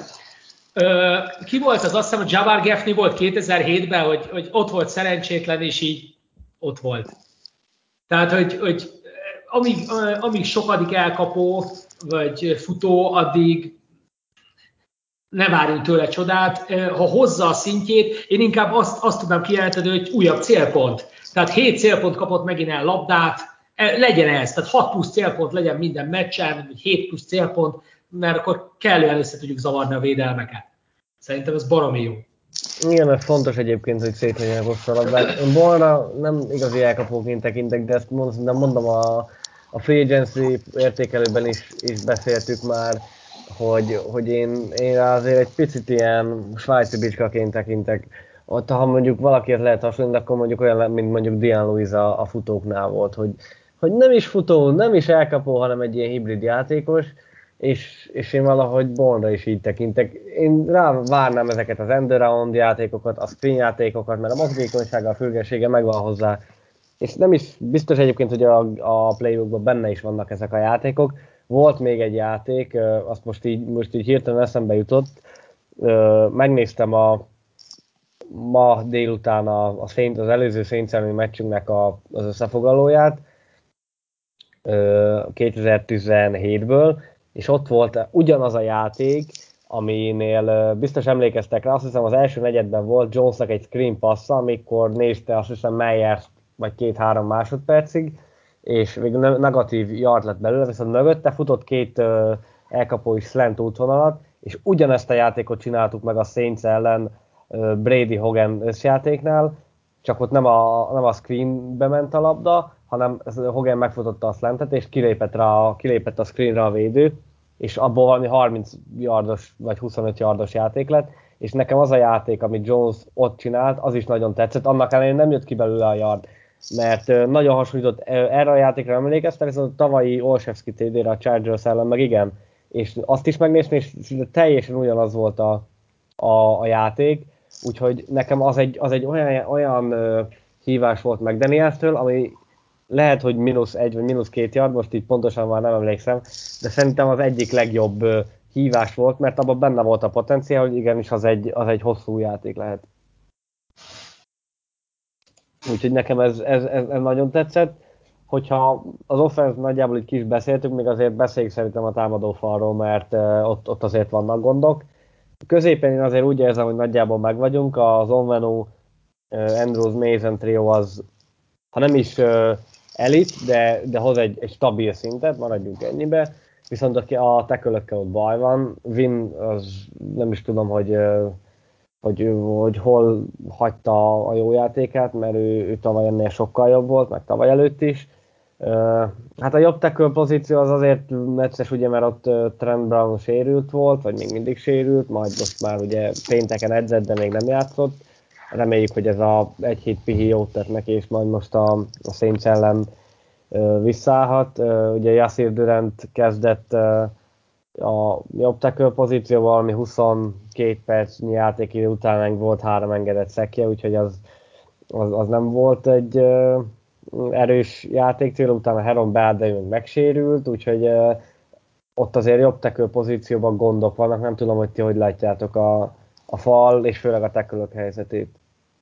ki volt az, azt hiszem, hogy Jabbar Gaffney volt 2007-ben, hogy ott volt szerencsétlen, és így ott volt. Tehát, hogy amíg sokadik elkapó, vagy futó, addig ne várjunk tőle csodát. Ha hozza a szintjét, én inkább azt tudnám kijelenteni, hogy újabb célpont. Tehát 7 célpont kapott megint el labdát, legyen ez, tehát 6 plusz célpont legyen minden meccsen, vagy 7 plusz célpont, mert akkor kellően össze tudjuk zavarni a védelmeket. Szerintem ez baromi jó.
Igen, ez fontos egyébként, hogy szétlegyenek hosszú a labdák. Én Ballra nem igazi elkapóként tekintek, de ezt mondom a Free Agency értékelőben is beszéltük már, hogy én azért egy picit ilyen svájci bicskaként tekintek. Ott, ha mondjuk valakihez lehet hasonlítani, akkor mondjuk olyan, mint mondjuk Dian Lewis a futóknál volt, hogy nem is futó, nem is elkapó, hanem egy ilyen hibrid játékos, és én valahogy Bondra is így tekintek. Én rá várnám ezeket az end-around játékokat, a screen játékokat, mert a mozgékonysága, a fürgessége megvan hozzá. És nem is biztos egyébként, hogy a playbookban benne is vannak ezek a játékok. Volt még egy játék, azt most így hirtelen eszembe jutott. Megnéztem ma délután az előző Saints elleni meccsünknek az összefoglalóját 2017-ből, és ott volt ugyanaz a játék, aminél biztos emlékeztek rá, azt hiszem az első negyedben volt Jonesnak egy screen passza, amikor nézte azt hiszem Meyers vagy 2-3 másodpercig, és végül negatív yard lett belőle, viszont mögötte futott 2 elkapó is slant útvonalat, és ugyanezt a játékot csináltuk meg a Saints ellen Brady Hogan összjátéknál, csak ott nem a screenbe ment a labda, hanem Hogan megfutotta a slantet, és kilépett a screenre a védő, és abból valami 30 yardos vagy 25 yardos játék lett, és nekem az a játék, amit Jones ott csinált, az is nagyon tetszett, annak ellenére nem jött ki belőle a yard, mert nagyon hasonlított erre a játékra, emlékeztem, viszont a tavalyi Olszewski TD-re a Chargers ellen meg igen, és azt is megnéztem, és teljesen ugyanaz volt a játék, úgyhogy nekem az egy olyan hívás volt meg Danielstől, ami lehet, hogy -1 vagy -2 yard, most így pontosan már nem emlékszem, de szerintem az egyik legjobb hívás volt, mert abban benne volt a potenciál, hogy igenis az egy hosszú játék lehet. Úgyhogy nekem ez nagyon tetszett. Hogyha az offense nagyjából itt kis beszéltünk, még azért beszéljük szerintem a támadófalról, mert ott azért vannak gondok. Középen én azért úgy érzem, hogy nagyjából meg vagyunk. Az Onwenu, Andrews, Mason trio az, ha nem is elit, de hoz egy stabil szintet, maradjunk ennyibe. Viszont aki a tekölökkel ott baj van, Vin, az nem is tudom, hogy hol hagyta a jó játékát, mert ő tavaly ennél sokkal jobb volt, meg tavaly előtt is. Hát a jobb tackle pozíció az azért necces, ugye, mert ott Trent Brown sérült volt, vagy még mindig sérült, majd most már ugye pénteken edzett, de még nem játszott. Reméljük, hogy ez a egy hét pihi jót tett neki, és majd most a Saints ellen visszaállhat. Ugye Yasir Durant kezdett a jobb tackle pozícióval, valami 22 percnyi játékidő után volt 3 engedett szekje, úgyhogy az nem volt egy erős játékcél, utána Heron Baldwin még megsérült, úgyhogy ott azért jobb tackle pozícióban gondok vannak, nem tudom, hogy ti hogy látjátok a fal, és főleg a tackle-ök helyzetét.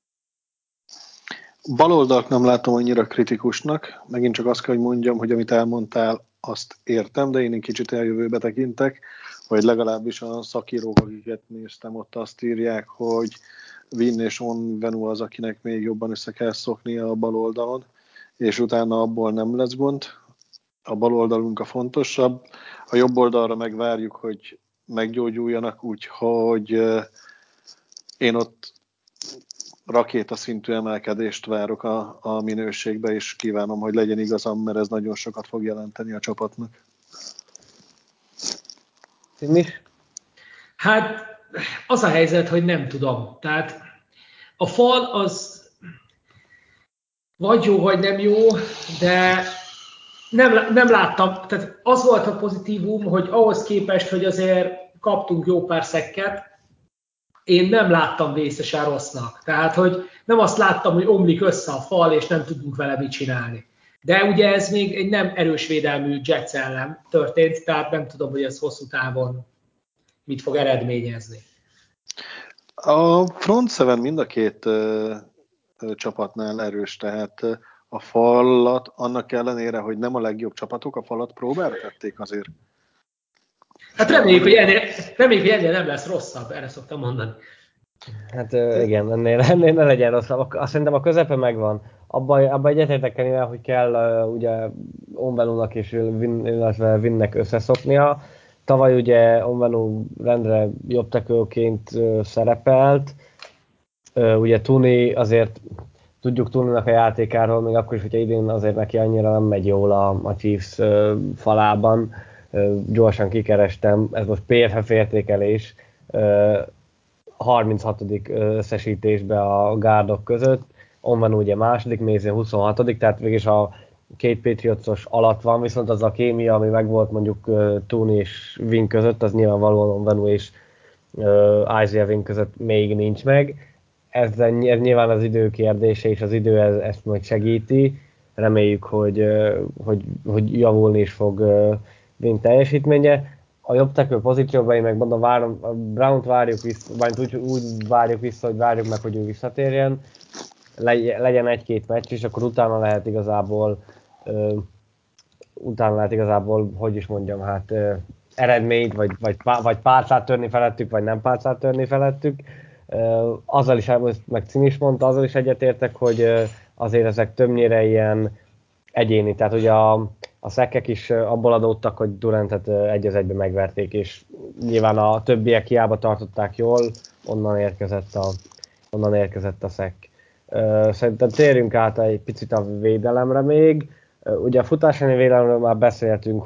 Baloldalt nem látom annyira kritikusnak, megint csak azt kell, hogy mondjam, hogy amit elmondtál, azt értem, de én egy kicsit eljövőbe tekintek, vagy legalábbis a szakírók, akiket néztem, ott azt írják, hogy Vin és Onwenu az, akinek még jobban össze kell szoknia a baloldalon, és utána abból nem lesz gond. A baloldalunk a fontosabb, a jobb oldalra megvárjuk, hogy meggyógyuljanak, úgyhogy én ott rakétaszintű emelkedést várok a minőségbe, és kívánom, hogy legyen igazam, mert ez nagyon sokat fog jelenteni a csapatnak.
Timis?
Hát az a helyzet, hogy nem tudom. Tehát a fal az vagy jó, vagy nem jó, de nem láttam. Tehát az volt a pozitívum, hogy ahhoz képest, hogy azért kaptunk jó pár szekket, én nem láttam vészesen rossznak. Tehát, hogy nem azt láttam, hogy omlik össze a fal, és nem tudunk vele mit csinálni. De ugye ez még egy nem erős védelmű Jets ellen történt, tehát nem tudom, hogy ez hosszú távon mit fog eredményezni.
A front seven mind a két csapatnál erős, tehát a falat annak ellenére, hogy nem a legjobb csapatok, a falat próbára tették azért.
Hát reméljük, hogy ennél nem lesz rosszabb, erre szoktam mondani.
Hát igen, ennél ne legyen rosszabb. Azt szerintem a közepe megvan. Abba egyetértek el, hogy kell ugye Onvenunak és illetve Vinnek összeszoknia. Tavaly ugye Onvenu rendre jobb tekőként szerepelt. Ugye Tuni azért tudjuk Tuninak a játékáról, még akkor is, hogyha idén azért neki annyira nem megy jól a Chiefs falában. Gyorsan kikerestem, ez most PFF értékelés. 36. összesítésbe a gárdok között, onnan ugye második, Mézén 26. Tehát végig a két Patriotsos alatt van, viszont az a kémia, ami megvolt mondjuk Tooney és Win között, az nyilvánvalóan Onvenu és Isaiah Win között még nincs meg. Ez nyilván az idő kérdése, és az idő ezt majd segíti. Reméljük, hogy javulni is fog Win teljesítménye. A jobb tekő pozícióban én meg mondom, a Brown-t várjuk vissza, vagy úgy várjuk vissza, hogy várjuk meg, hogy ő visszatérjen. Legyen egy-két meccs, és akkor utána lehet igazából, hogy is mondjam, hát eredményt, vagy pálcát törni felettük, vagy nem pálcát törni felettük. Azzal is, meg Cini is mondta, azzal is egyetértek, hogy azért ezek többnyire ilyen egyéni, tehát ugye a szekkek is abból adódtak, hogy Durantet egy az egybe megverték, és nyilván a többiek hiába tartották jól, onnan érkezett a szekk. Szerintem térjünk át egy picit a védelemre még. Ugye a futásáni védelemről már beszéltünk,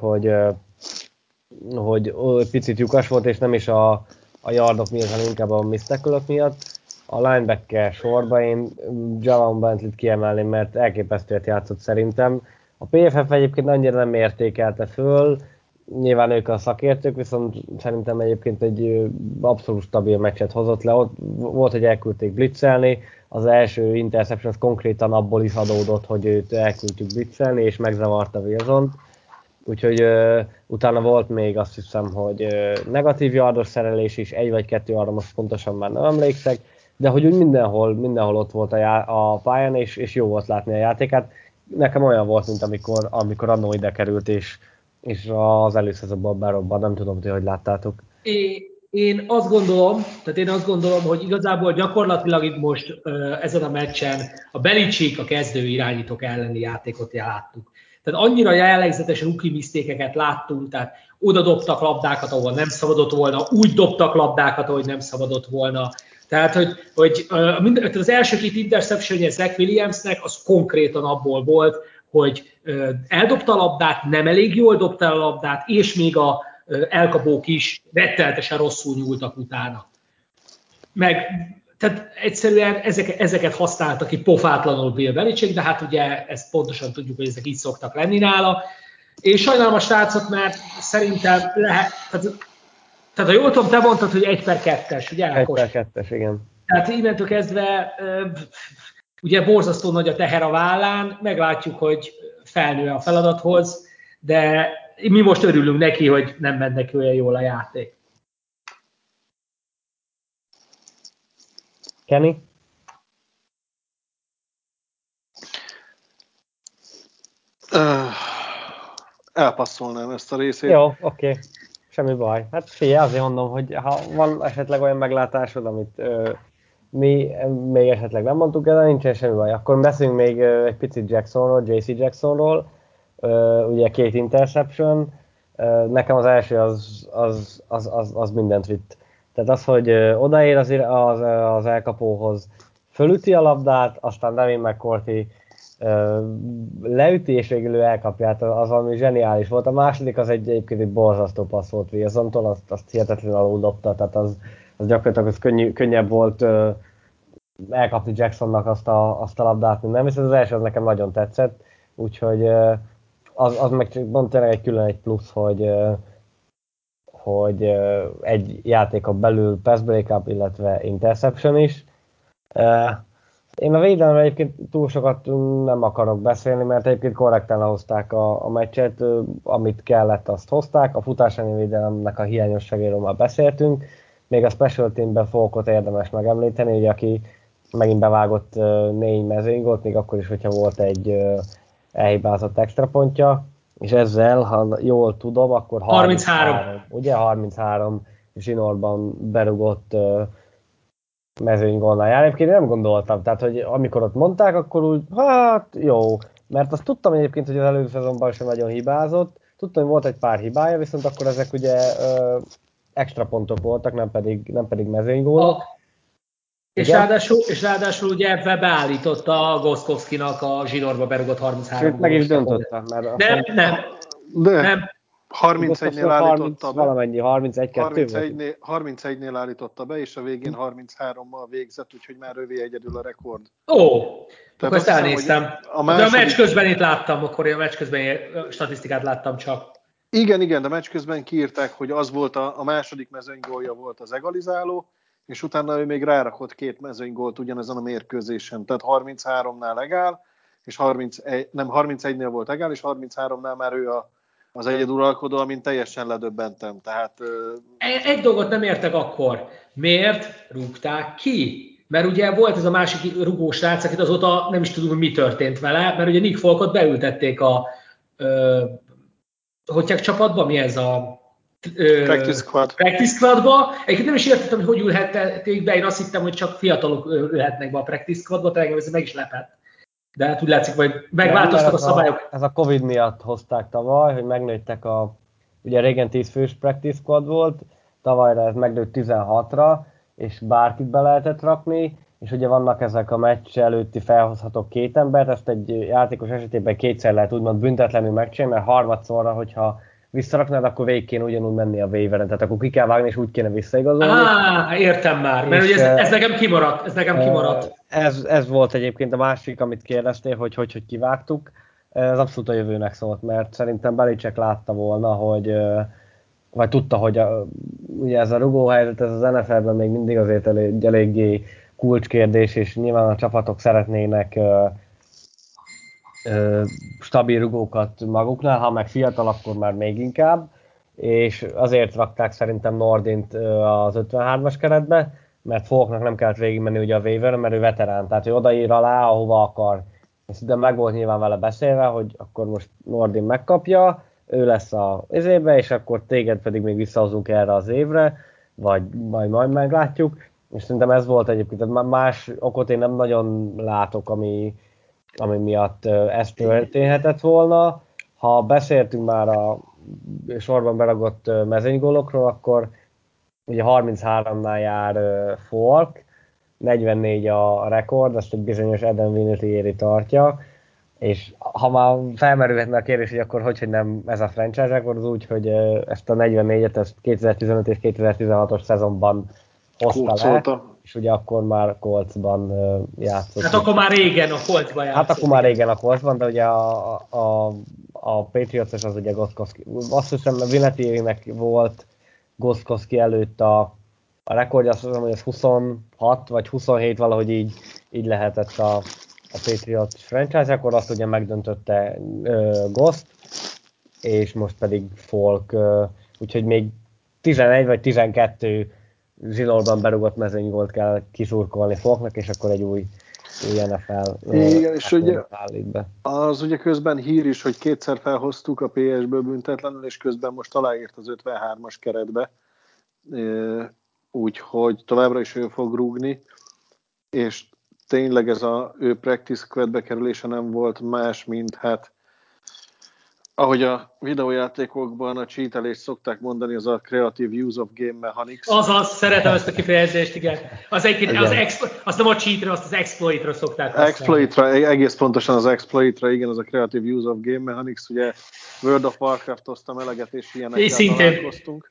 hogy picit lyukas volt, és nem is a yardok miatt, hanem inkább a misztekölök miatt. A linebacker sorba én Javon Bentley-t kiemelném, mert elképesztően játszott szerintem. A PFF egyébként annyira nem értékelte föl, nyilván ők a szakértők, viszont szerintem egyébként egy abszolút stabil meccset hozott le. Ott volt, hogy elküldték blitzelni, az első interception az konkrétan abból is adódott, hogy őt elküldtük blitzelni, és megzavarta Wilsont. Úgyhogy utána volt még azt hiszem, hogy negatív yardos szerelés is, egy vagy kettő arra most pontosan már nem emlékszek, de hogy úgy mindenhol ott volt a pályán, és jó volt látni a játékát. Nekem olyan volt, mint amikor annó ide került, és az előszezonban berobban, nem tudom, hogy láttátok.
Én azt gondolom, hogy igazából gyakorlatilag itt most ezen a meccsen a Belichick, a kezdő irányítók elleni játékot láttuk. Tehát annyira jellegzetes rookie misztékeket láttunk, tehát oda dobtak labdákat, ahol nem szabadott volna, úgy dobtak labdákat, ahogy nem szabadott volna. Tehát, hogy az első két interceptionje Zach Williamsnek, az konkrétan abból volt, hogy eldobta a labdát, nem elég jól dobta a labdát, és még a elkapók is rettenetesen rosszul nyúltak utána. Tehát egyszerűen ezeket használta ki pofátlanul Bill Belichick, de hát ugye ezt pontosan tudjuk, hogy ezek így szoktak lenni nála. És sajnálom a srácot, mert szerintem lehet, tehát ha jól tudom, te mondtad, hogy 1/2-es, ugye?
1/2, igen.
Tehát innentől kezdve ugye borzasztó nagy a teher a vállán, meglátjuk, hogy felnő a feladathoz, de mi most örülünk neki, hogy nem ment neki olyan jól a játék.
Kenny?
Elpasszolnám ezt a részét.
Jó, oké. Semmi baj. Hát figyelj, azért mondom, hogy ha van esetleg olyan meglátásod, amit mi még esetleg nem mondtuk el, nincsen semmi baj. Akkor beszéljünk még egy picit Jacksonról, JC Jacksonról. Ugye 2 interception. Nekem az első az mindent vitt. Tehát az, hogy odaér az elkapóhoz, fölüti a labdát, aztán Devin McCourty leüti, és végül ő elkapja, az valami zseniális volt. A második az egyébként egy borzasztó passz volt Wilsontól, azt hihetetlenül alul dobta, tehát az gyakorlatilag az könnyebb volt elkapni Jacksonnak azt a labdát, mint nem, viszont az első az nekem nagyon tetszett, úgyhogy az meg csak tényleg egy plusz, hogy egy játékon belül pass breakup, illetve interception is. Én a védelemre egyébként túl sokat nem akarok beszélni, mert egyébként korrekten lehozták a meccset, amit kellett, azt hozták. A futásányi védelemnek a hiányosságéről már beszéltünk. Még a special teamben Falkot érdemes megemlíteni, ugye, aki megint bevágott 4 mezőnygolt, még akkor is, hogyha volt egy elhibázott extra pontja, és ezzel, ha jól tudom, akkor 33. Ugye 33 zsinórban berugott mezőnygólnál jár. Egyébként nem gondoltam, tehát hogy amikor ott mondták, akkor úgy, hát jó, mert azt tudtam egyébként, hogy az előző szezonban sem nagyon hibázott, tudtam, hogy volt egy pár hibája, viszont akkor ezek ugye extra pontok voltak, nem pedig mezőnygólok.
És ráadásul ugye beállította Gostkowskinak a zsinórba berugott 33
gólos. Meg is döntöttem, mert
nem.
31-nél állította be.
Valamennyi, 31-2
31-nél állította be, és a végén 33-mal végzett, úgyhogy már övé egyedül a rekord.
Akkor ezt elnéztem. De a meccs közben itt láttam, akkor a meccs közben statisztikát láttam csak.
Igen, de meccs közben kiírták, hogy az volt a második mezőnygólja volt az egalizáló, és utána ő még rárakott 2 mezőnygolt ugyanezen a mérkőzésen. Tehát 33-nál egál, és 31-nél volt egál, és 33-nál már ő az egyeduralkodó, amin teljesen ledöbbentem. Tehát,
egy dolgot nem értek akkor. Miért rúgták ki? Mert ugye volt ez a másik rugós srác, akit azóta nem is tudom, hogy mi történt vele, mert ugye Nick Folkot beültették a hogy csapatba, mi ez a Practice Squadba. Egyébként nem is értettem, hogy ülhették be, én azt hittem, hogy csak fiatalok ülhetnek be a Practice Squadba, tehát ez meg is lepett. De hát úgy látszik, hogy megváltoztak a szabályok.
Ez a Covid miatt hozták tavaly, hogy megnőttek ugye régen 10 fős Practice Squad volt, tavalyra ez megnőtt 16-ra, és bárkit be lehetett rakni, és ugye vannak ezek a meccs előtti felhozható 2 embert, ezt egy játékos esetében 2-szer lehet úgymond büntetlenül megcsinálni, mert harmadszorra, hogyha visszaraknád, akkor végig kéne ugyanúgy menni a waiveren, tehát akkor ki kell vágni, és úgy kéne visszaigazolni.
Értem már, mert ugye ez nekem kimaradt.
Ez volt egyébként a másik, amit kérdeztél, hogy kivágtuk. Ez abszolút a jövőnek szólt, mert szerintem Belichick látta volna, vagy tudta, hogy ugye ez a rugóhelyzet, ez az NFL-ben még mindig azért eléggé kulcskérdés, és nyilván a csapatok szeretnének stabil rugókat maguknál, ha meg fiatal, akkor már még inkább, és azért rakták szerintem Nordint az 53-as keretbe, mert Falknak nem kellett végigmenni ugye a waiver, mert ő veterán, tehát ő odaír alá, ahova akar. És de meg volt nyilván vele beszélve, hogy akkor most Nordin megkapja, ő lesz a izébe, és akkor téged pedig még visszahozunk erre az évre, vagy majd meglátjuk. És szerintem ez volt egyébként, más okot én nem nagyon látok, ami miatt ez történhetett volna. Ha beszéltünk már a sorban beragott mezőnygólokról, akkor ugye 33-nál jár Falk, 44 a rekord, azt egy bizonyos Adam Vinatieri tartja, és ha már felmerülhetne a kérdés, hogy akkor hogy nem ez a franchise rekord, az úgy, hogy ezt a 44-et ezt 2015 és 2016-os szezonban hozta le, és ugye akkor már Coltsban játszott.
Hát akkor már régen a Coltsban játszott.
Hát akkor már régen a Coltsban, de ugye a Patriots-es az ugye Gostkowski. Azt hiszem, a Vinatierinek volt Gostkowski előtt a rekordja, azt hiszem, hogy ez 26 vagy 27 valahogy így lehetett a Patriots franchise, akkor azt ugye megdöntötte Ghost, és most pedig Falk, úgyhogy még 11 vagy 12 zsinórban berugott mezőnygolt kell kiszurkolni Falknak, és akkor egy új NFL
igen, és ugye
állít be.
Az ugye közben hír is, hogy 2-szer felhoztuk a PS-ből büntetlenül, és közben most aláírt az 53-as keretbe, úgyhogy továbbra is ő fog rúgni, és tényleg ez ő practice squadbe kerülése nem volt más, mint hát Ahogy a videójátékokban a cheatelést szokták mondani, az a Creative Use of Game Mechanics.
Azaz, szeretem ezt a kifejezést, igen. Azt nem a cheatre, azt az exploitra szokták használni.
Exploitra, egész pontosan az exploitra, igen, az a Creative Use of Game Mechanics, ugye World of Warcraft-oztam eleget, és ilyenekkel találkoztunk.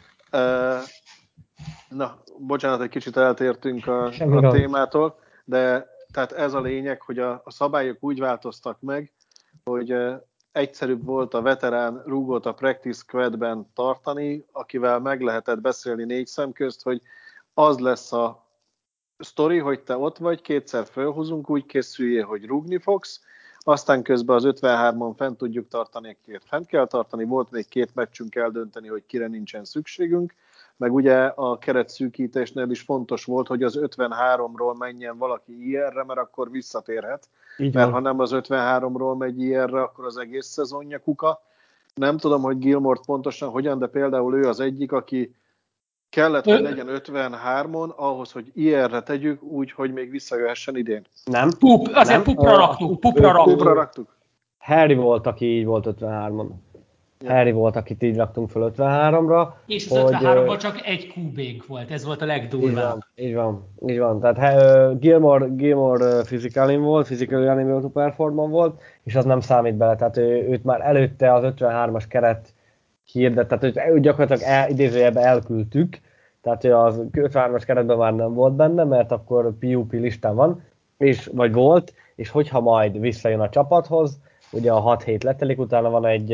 Na, bocsánat, egy kicsit eltértünk a témától, de tehát ez a lényeg, hogy a szabályok úgy változtak meg, hogy egyszerűbb volt a veterán rúgót a practice squadben tartani, akivel meg lehetett beszélni 4 szem közt, hogy az lesz a sztori, hogy te ott vagy, 2-szer fölhúzunk, úgy készüljél, hogy rúgni fogsz, aztán közben az 53-on fent tudjuk tartani, akit fent kell tartani, volt még 2 meccsünk eldönteni, hogy kire nincsen szükségünk, meg ugye a keretszűkítésnél is fontos volt, hogy az 53-ról menjen valaki IR-re, mert akkor visszatérhet. Mert ha nem az 53-ról megy IR-re, akkor az egész szezonja kuka. Nem tudom, hogy Gilmore pontosan hogyan, de például ő az egyik, aki kellett, hogy legyen 53-on, ahhoz, hogy IR-re tegyük, úgy, hogy még visszajöhessen idén.
Nem.
Azért pupra raktuk.
Harry volt, aki így volt 53-on. Ja. Harry volt, akit így raktunk fel 53-ra.
És az 53-ban csak egy QB-nk volt, ez volt a legdurvább.
Így van. Tehát Gilmore physically animal to performance volt, és az nem számít bele, tehát őt már előtte az 53-as keret hirdett, tehát őt gyakorlatilag idézőjelben elküldtük, tehát az 53-as keretben már nem volt benne, mert akkor PUP listán van, vagy volt, és hogyha majd visszajön a csapathoz, ugye a 6 hét letelik, utána van egy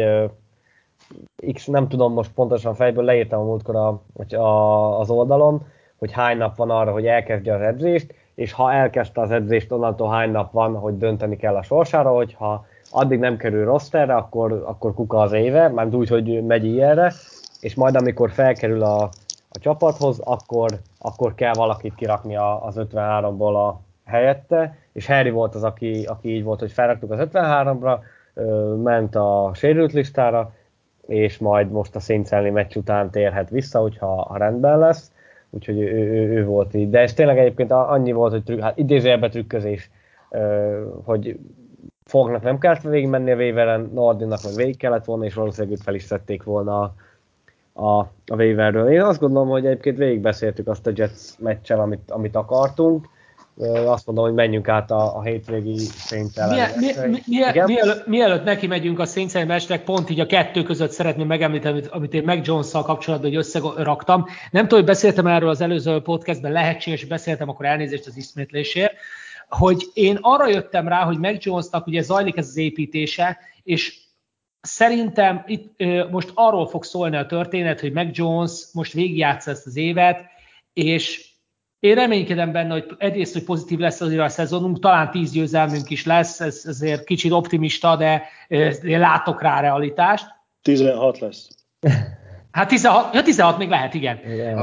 nem tudom most pontosan fejből, leírtam a múltkor az oldalon, hogy hány nap van arra, hogy elkezdje az edzést, és ha elkezdte az edzést, onnantól hány nap van, hogy dönteni kell a sorsára, hogyha addig nem kerül rosterre, akkor kuka az éve, már úgy, hogy megy ilyenre, és majd amikor felkerül a csapathoz, akkor kell valakit kirakni az 53-ból a helyette, és Harry volt az, aki így volt, hogy felraktuk az 53-ra, ment a sérült listára, és majd most a Saints elleni meccs után térhet vissza, hogyha rendben lesz, úgyhogy ő volt így. De ez tényleg egyébként annyi volt, hogy idézőjelben trükközés, hogy Fognak nem kellett végigmenni a waiveren, Nardinnak meg végig kellett volna, és valószínűleg őt fel is szedték volna a waiverről. Én azt gondolom, hogy egyébként végigbeszéltük azt a Jets meccsel, amit akartunk. Azt mondom, hogy menjünk át a hétvégi Saints ellen.
Mielőtt neki megyünk a Saints ellen meccsnek, pont így a kettő között szeretném megemlíteni, amit én Mac Jones-szal kapcsolatban hogy összeraktam. Nem tudom, hogy beszéltem erről az előző podcastben, lehetséges, hogy beszéltem, akkor elnézést az ismétlésért, hogy én arra jöttem rá, hogy Mac Jonesnak ugye zajlik ez az építése, és szerintem itt most arról fog szólni a történet, hogy Mac Jones most végigjátsza ezt az évet, és én reménykedem benne, hogy egyrészt, hogy pozitív lesz azért a szezonunk, talán 10 győzelmünk is lesz, ez azért kicsit optimista, de én látok rá realitást.
16 lesz.
Hát 16 még lehet, igen.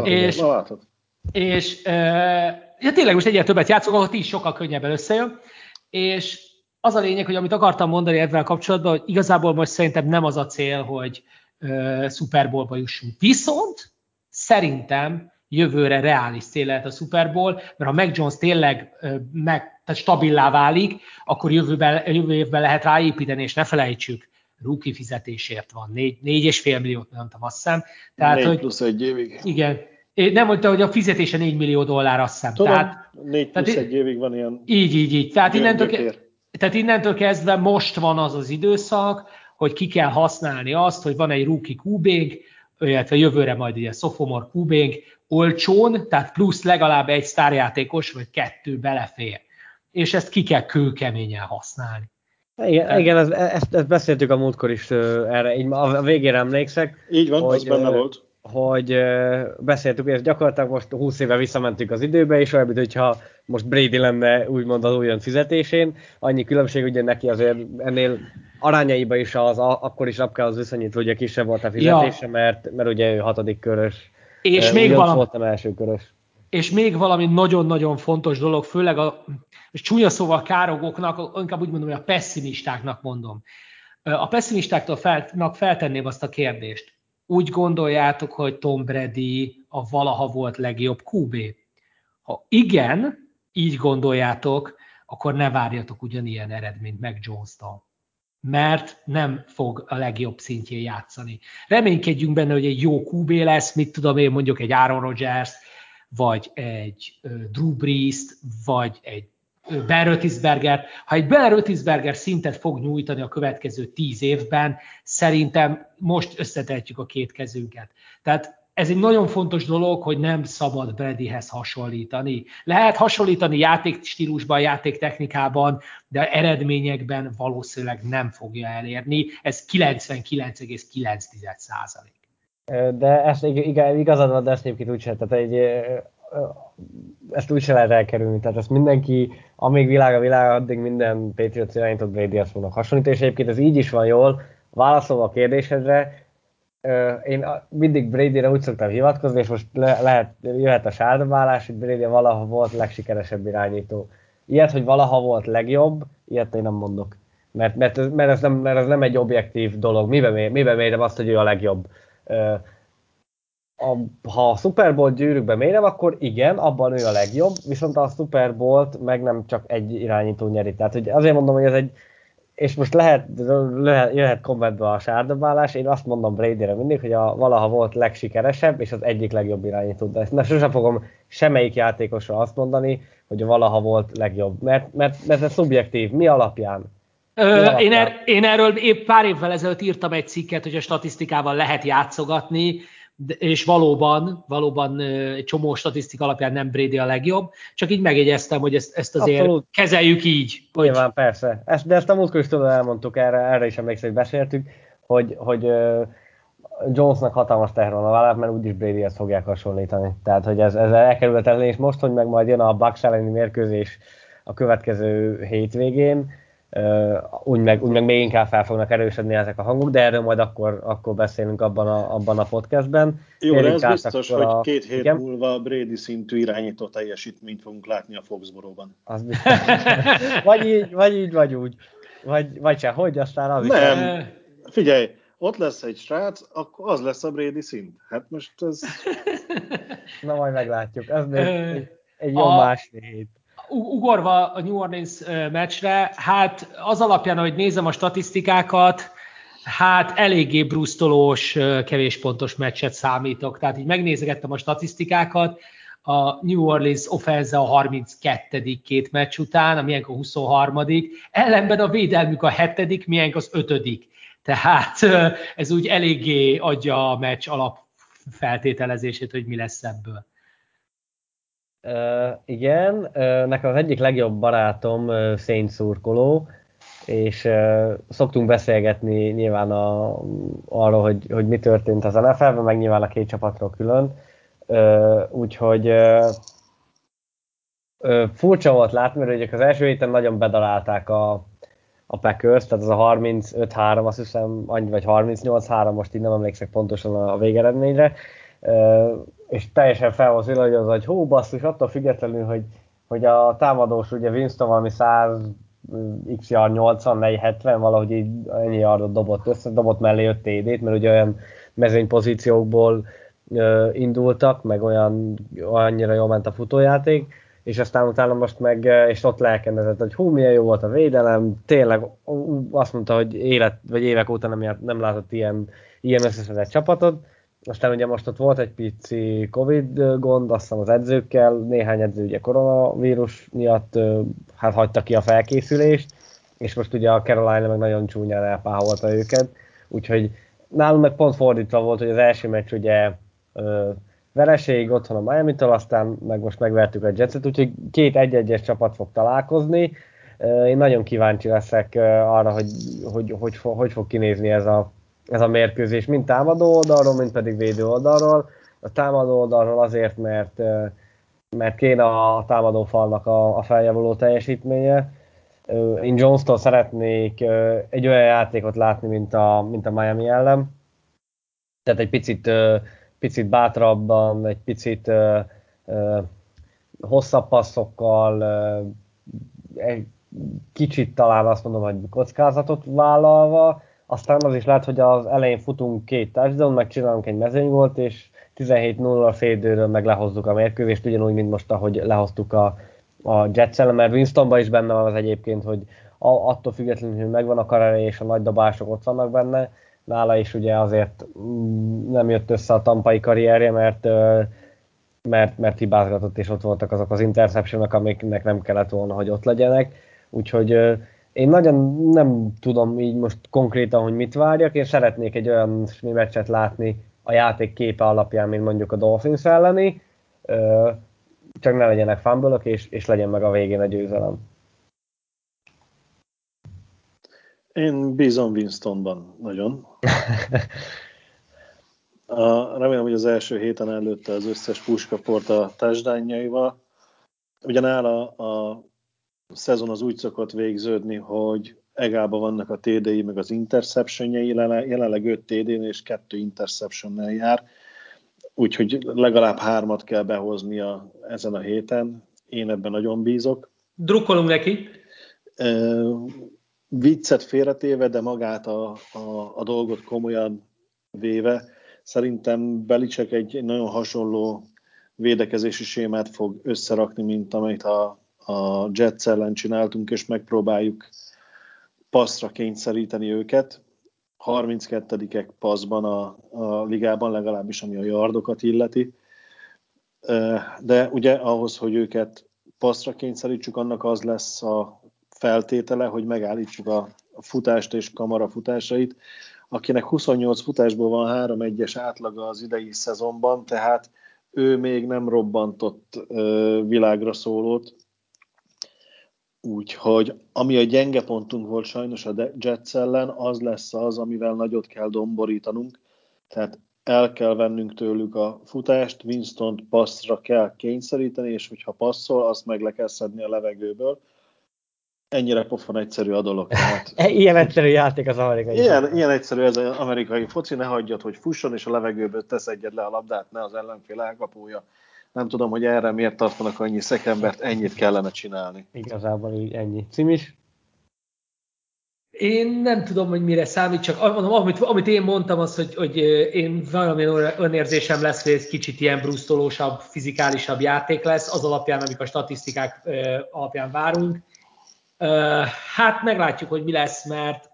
És tényleg most egyre többet játszok, ahol 10 sokkal könnyebben összejön, és az a lényeg, hogy amit akartam mondani ezzel kapcsolatban, hogy igazából most szerintem nem az a cél, hogy Super Bowl-ba jussunk. Viszont szerintem jövőre reális cél lehet a Super Bowl, mert ha Mac Jones tényleg tehát stabilá válik, akkor jövő évben lehet ráépíteni, és ne felejtsük, rookie fizetésért van. 4,5 milliót, nem tudom, azt hiszem. Tehát,
4 plusz 1 évig.
Igen. Nem mondta, hogy a fizetése $4 millió, azt hiszem.
Tudom, tehát, 4 plusz 1 évig van ilyen.
Így. Tehát innentől kezdve most van az az időszak, hogy ki kell használni azt, hogy van egy rookie QB-nk, illetve jövőre majd ugye sophomore QB-nk, olcsón, tehát plusz legalább egy sztárjátékos, vagy 2 belefér. És ezt ki kell kőkeményen használni.
Igen, ezt beszéltük a múltkor is erre, így a végére emlékszek.
Így van, az benne volt.
Hogy beszéltük, és gyakorlatilag most 20 éve visszamentünk az időbe, és olyan, mintha most Brady lenne úgymond az olyan fizetésén. Annyi különbség, ugye neki azért ennél arányaiba is akkor is kell az viszonyítva, ugye kisebb volt a fizetése, mert ugye ő 6. körös.
És még
voltam első körös.
És még valami nagyon-nagyon fontos dolog, főleg és csúnya szóval károgóknak, inkább úgy mondom, hogy a pessimistáknak mondom. A pessimistáknak feltenném azt a kérdést. Úgy gondoljátok, hogy Tom Brady a valaha volt legjobb QB? Ha igen, így gondoljátok, akkor ne várjatok ugyanilyen eredményt Mac Jones-tól. mert nem fog a legjobb szintjén játszani. Reménykedjünk benne, hogy egy jó QB lesz, mit tudom én, mondjuk egy Aaron Rodgers, vagy egy Drew Brees-t, vagy egy Ben Roethlisberger. Ha egy Ben Roethlisberger szintet fog nyújtani a következő 10 évben, szerintem most összetehetjük a két kezünket. Tehát ez egy nagyon fontos dolog, hogy nem szabad Bradyhez hasonlítani. Lehet hasonlítani játékstílusban, játéktechnikában, de eredményekben valószínűleg nem fogja elérni. Ez 99,9%.
De ezt igazad van, de ezt egyébként úgy sem, tehát ezt úgy se lehet elkerülni. Tehát ezt mindenki, amíg világ, addig minden Patriots irányított Bradyhez fognak hasonlítani, és egyébként ez így is van jól. Válaszolva a kérdésedre, én mindig Bradyre úgy szoktam hivatkozni, és most jöhet a sárdobálás, hogy Brady valaha volt legsikeresebb irányító. Ilyet, hogy valaha volt legjobb, ilyet én nem mondok. Mert ez nem egy objektív dolog. Miben mérem azt, hogy ő a legjobb? Ha a Super Bowl gyűrűkbe mérem, akkor igen, abban ő a legjobb, viszont a Super Bowl-t meg nem csak egy irányító nyeri. Tehát hogy azért mondom, hogy ez egy, és most jöhet kommentbe a sárdobálás, én azt mondom Bradyre mindig, hogy valaha volt legsikeresebb, és az egyik legjobb irányító. De ezt sosem fogom semmelyik játékosra azt mondani, hogy valaha volt legjobb. Mert ez szubjektív. Mi alapján?
Én erről épp pár évvel ezelőtt írtam egy cikket, hogy a statisztikával lehet játszogatni, és valóban egy csomó statisztika alapján nem Brady a legjobb, csak így megjegyeztem, hogy ezt azért abszolút kezeljük így.
Nyilván, persze. De ezt a múltkor is elmondtuk, erre is emlékszem, hogy beszéltük, hogy Jonesnak hatalmas teher van a vállát, mert úgyis Bradyhez fogják hasonlítani. Tehát, hogy ez elkerülhetetlen, és most, hogy meg majd jön a Bucks elleni mérkőzés a következő hétvégén, úgy meg még inkább fel fognak erősödni ezek a hangok, de erről majd akkor beszélünk abban a podcastben.
Jó, de ez biztos, hogy 2 hét múlva Brady szintű irányító teljesítményt fogunk látni a Foxborough-ban.
Az biztos. vagy így, vagy úgy. Vagy se, hogy aztán az
nem. Is. Figyelj, ott lesz egy srác, akkor az lesz a Brady szint. Hát most ez...
Na majd meglátjuk. Ez még egy jó másfél hét.
Ugorva a New Orleans meccsre, hát az alapján, ahogy nézem a statisztikákat, hát eléggé brusztolós, kevés pontos meccset számítok. Tehát így megnézegettem a statisztikákat, a New Orleans offense a 32. két meccs után, a miénk a 23. Ellenben a védelmük a 7., miénk az 5. Tehát ez úgy eléggé adja a meccs alapfeltételezését, hogy mi lesz ebből.
Igen, nekem az egyik legjobb barátom Saints szurkoló, és szoktunk beszélgetni nyilván arról, hogy mi történt az NFL-ben, meg nyilván a két csapatról külön. Úgyhogy furcsa volt látni, mert ugye az első héten nagyon bedarálták a Packers, tehát az a 35-3, azt hiszem, vagy 38-3, most így nem emlékszek pontosan a végeredményre. És teljesen fel volt villanyozni, hogy hú, basszus, attól függetlenül, hogy a támadós ugye Winston valami 100 XR 80-70, valahogy így ennyi yardot dobott mellé 5 TD-t, mert ugye olyan mezőnypozíciókból indultak, meg annyira jól ment a futójáték, és aztán utána most meg, és ott lelkendezett, hogy hú, milyen jó volt a védelem, tényleg azt mondta, hogy évek óta nem látott ilyen összeszedett csapatot. Aztán ugye most ott volt egy pici Covid gond, azt hiszem az edzőkkel, néhány edző ugye koronavírus miatt hát hagyta ki a felkészülést, és most ugye a Carolina meg nagyon csúnyán elpáholta őket, úgyhogy nálunk meg pont fordítva volt, hogy az első meccs ugye vereség otthon a Miami-től, aztán meg most megvertük a Jetset, úgyhogy 2 1-1-es csapat fog találkozni. Én nagyon kíváncsi leszek arra, hogy fog kinézni ez a mérkőzés, mind támadó oldalról, mind pedig védő oldalról. A támadó oldalról azért, mert kéne a támadó falnak a feljavuló teljesítménye. Én Jones-tól szeretnék egy olyan játékot látni, mint a Miami ellen. Tehát egy picit bátrabban, egy picit hosszabb passzokkal, egy kicsit talán azt mondom, hogy kockázatot vállalva. Aztán az is lehet, hogy az elején futunk 2 touchdown, meg csinálunk egy mezőnygolt, és 17-0 a félidőről meg lehozzuk a mérkőzést, ugyanúgy, mint most, ahogy lehoztuk a Jets ellen, mert Winstonban is benne van az egyébként, hogy attól függetlenül, hogy megvan a karrierje és a nagy dobások ott vannak benne. Nála is ugye azért nem jött össze a tampai karrierje, mert hibázgatott, és ott voltak azok az interceptionok, amiknek nem kellett volna, hogy ott legyenek. Úgyhogy én nagyon nem tudom így most konkrétan, hogy mit várjak. Én szeretnék egy olyan meccset látni a játék képe alapján, mint mondjuk a Dolphins elleni, csak ne legyenek fumble-ök, és legyen meg a végén a győzelem.
Én bízom Winstonban nagyon. Remélem, hogy az első héten előtte az összes puskaport a touchdownjaival. Ugyanáll a szezon az úgy szokott végződni, hogy egálban vannak a TD-i, meg az interceptionjei, jelenleg 5 TD-n és 2 interceptionnel jár, úgyhogy legalább 3 kell behoznia ezen a héten. Én ebben nagyon bízok.
Drukkolunk neki.
Viccet félretéve, de magát a dolgot komolyan véve, szerintem Belichick egy nagyon hasonló védekezési sémát fog összerakni, mint amit a Jets ellen csináltunk, és megpróbáljuk passzra kényszeríteni őket. 32-ek passzban a ligában, legalábbis ami a yardokat illeti. De ugye ahhoz, hogy őket passzra kényszerítsük, annak az lesz a feltétele, hogy megállítsuk a futást és kamara futásait, akinek 28 futásból van 3-1-es átlaga az idei szezonban, tehát ő még nem robbantott világra szólót. Úgyhogy ami a gyenge pontunk volt sajnos a Jets ellen, az lesz az, amivel nagyot kell domborítanunk. Tehát el kell vennünk tőlük a futást, Winstont passzra kell kényszeríteni, és hogyha passzol, azt meg le kell szedni a levegőből. Ennyire pofon egyszerű a dolog. Tehát
Ilyen egyszerű játék az amerikai.
Ilyen egyszerű ez az amerikai foci, ne hagyjad, hogy fusson, és a levegőből teszedjed le a labdát, ne az ellenfél elkapója. Nem tudom, hogy erre miért tartanak annyi szekembert, ennyit kellene csinálni.
Igazából így ennyi. Cimis?
Én nem tudom, hogy mire számít, csak amit én mondtam, az, hogy én valamilyen önérzésem lesz, hogy ez kicsit ilyen brusztolósabb, fizikálisabb játék lesz, az alapján, amik a statisztikák alapján várunk. Hát meglátjuk, hogy mi lesz,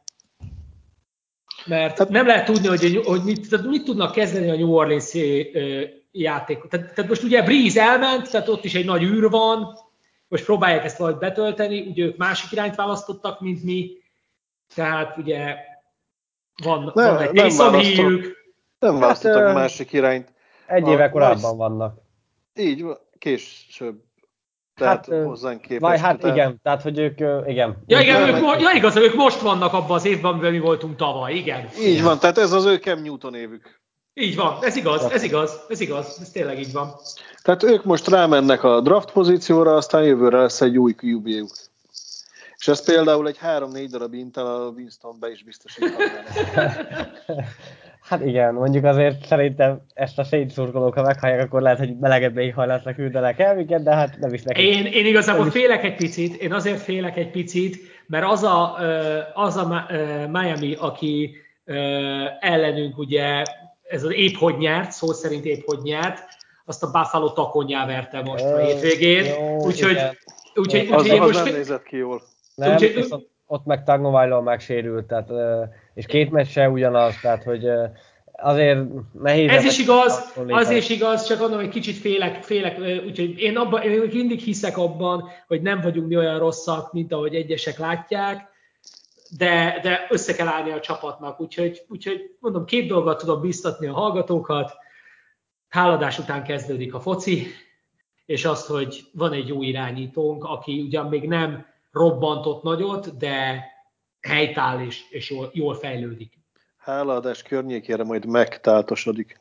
mert nem lehet tudni, hogy mit tudnak kezdeni a New Orleans játékot. Tehát most ugye Breeze elment, tehát ott is egy nagy űr van, most próbálják ezt valahogy betölteni, ugye ők másik irányt választottak, mint mi, tehát ugye van egy Taysom Hilljük.
Nem választottak másik irányt.
Egy éve korábban vannak.
Így, később. Tehát hozzánk képest.
Hát igen, tehát hogy ők, igen.
Ja igaz, ők most vannak abban az évben, amiben mi voltunk tavaly, igen.
Így van, tehát ez az ő Cam Newton évük.
Így van, ez igaz, ez tényleg így van.
Tehát ők most rámennek a draft pozícióra, aztán jövőre lesz egy új QB-juk. És ez például egy 3-4 darab Intel a Winston be is biztosíthatnának.
Hát igen, mondjuk azért szerintem ezt a szétszurkolók, ha meghallják, akkor lehet, hogy melegebb éghajlatra küldenek el minket, de hát nem is nekik.
Én igazából félek egy picit, én azért félek egy picit, mert az a Miami, aki ellenünk ugye, ez az épp hogy nyert, szó szerint épp hogy nyert, azt a Buffalo takonyá verte most a hétvégén, úgyhogy
én most nem nézett ki jól.
Nem, ott meg Tagovailoa megsérült, tehát, és 2 meccs se ugyanaz, tehát hogy azért nehéz.
Ez is igaz, csak mondom, hogy kicsit félek, úgyhogy én mindig hiszek abban, hogy nem vagyunk mi olyan rosszak, mint ahogy egyesek látják, de össze kell állni a csapatnak, úgyhogy mondom, 2 dolgot tudom biztatni a hallgatókat, háladás után kezdődik a foci, és azt, hogy van egy jó irányítónk, aki ugyan még nem robbantott nagyot, de helytáll és jól fejlődik.
Hálaadás környékére majd megtáltosodik.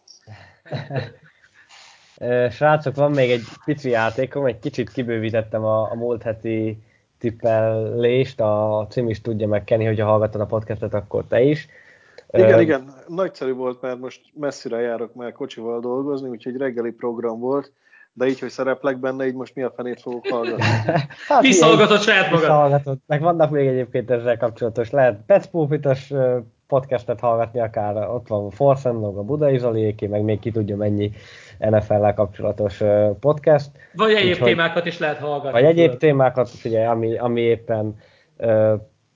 Srácok, van még egy pici játékom, egy kicsit kibővítettem a múlt heti tippelést, a Cim is tudja meg, Kenny, hogyha hallgattad a podcastet, akkor te is.
Igen, nagyszerű volt, mert most messzire járok már kocsival dolgozni, úgyhogy reggeli program volt, de így, hogy szereplek benne, így most mi a fenét fogok hallgatni?
Hát, visszahallgatod saját magad.
Visszahallgatod. Meg vannak még egyébként ezzel kapcsolatos, lehet Petspulpitos podcastet hallgatni, akár ott van Force and Log, a Budai Zoliéké, meg még ki tudja mennyi NFL-lel kapcsolatos podcast.
Vagy egyéb témákat is lehet hallgatni.
Vagy egyéb témákat, figyelj, ami éppen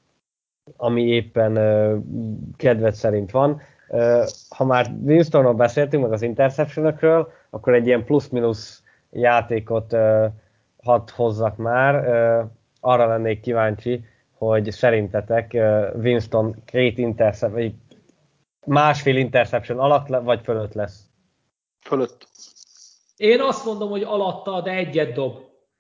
ami éppen kedved szerint van. Ha már Winstonról beszéltünk, meg az interceptionökről, akkor egy ilyen plusz-minusz játékot hadd hozzak már. Arra lennék kíváncsi, hogy szerintetek Winston vagy másfél interception alatt vagy fölött lesz?
Fölött.
Én azt mondom, hogy alatta, de egyet dob.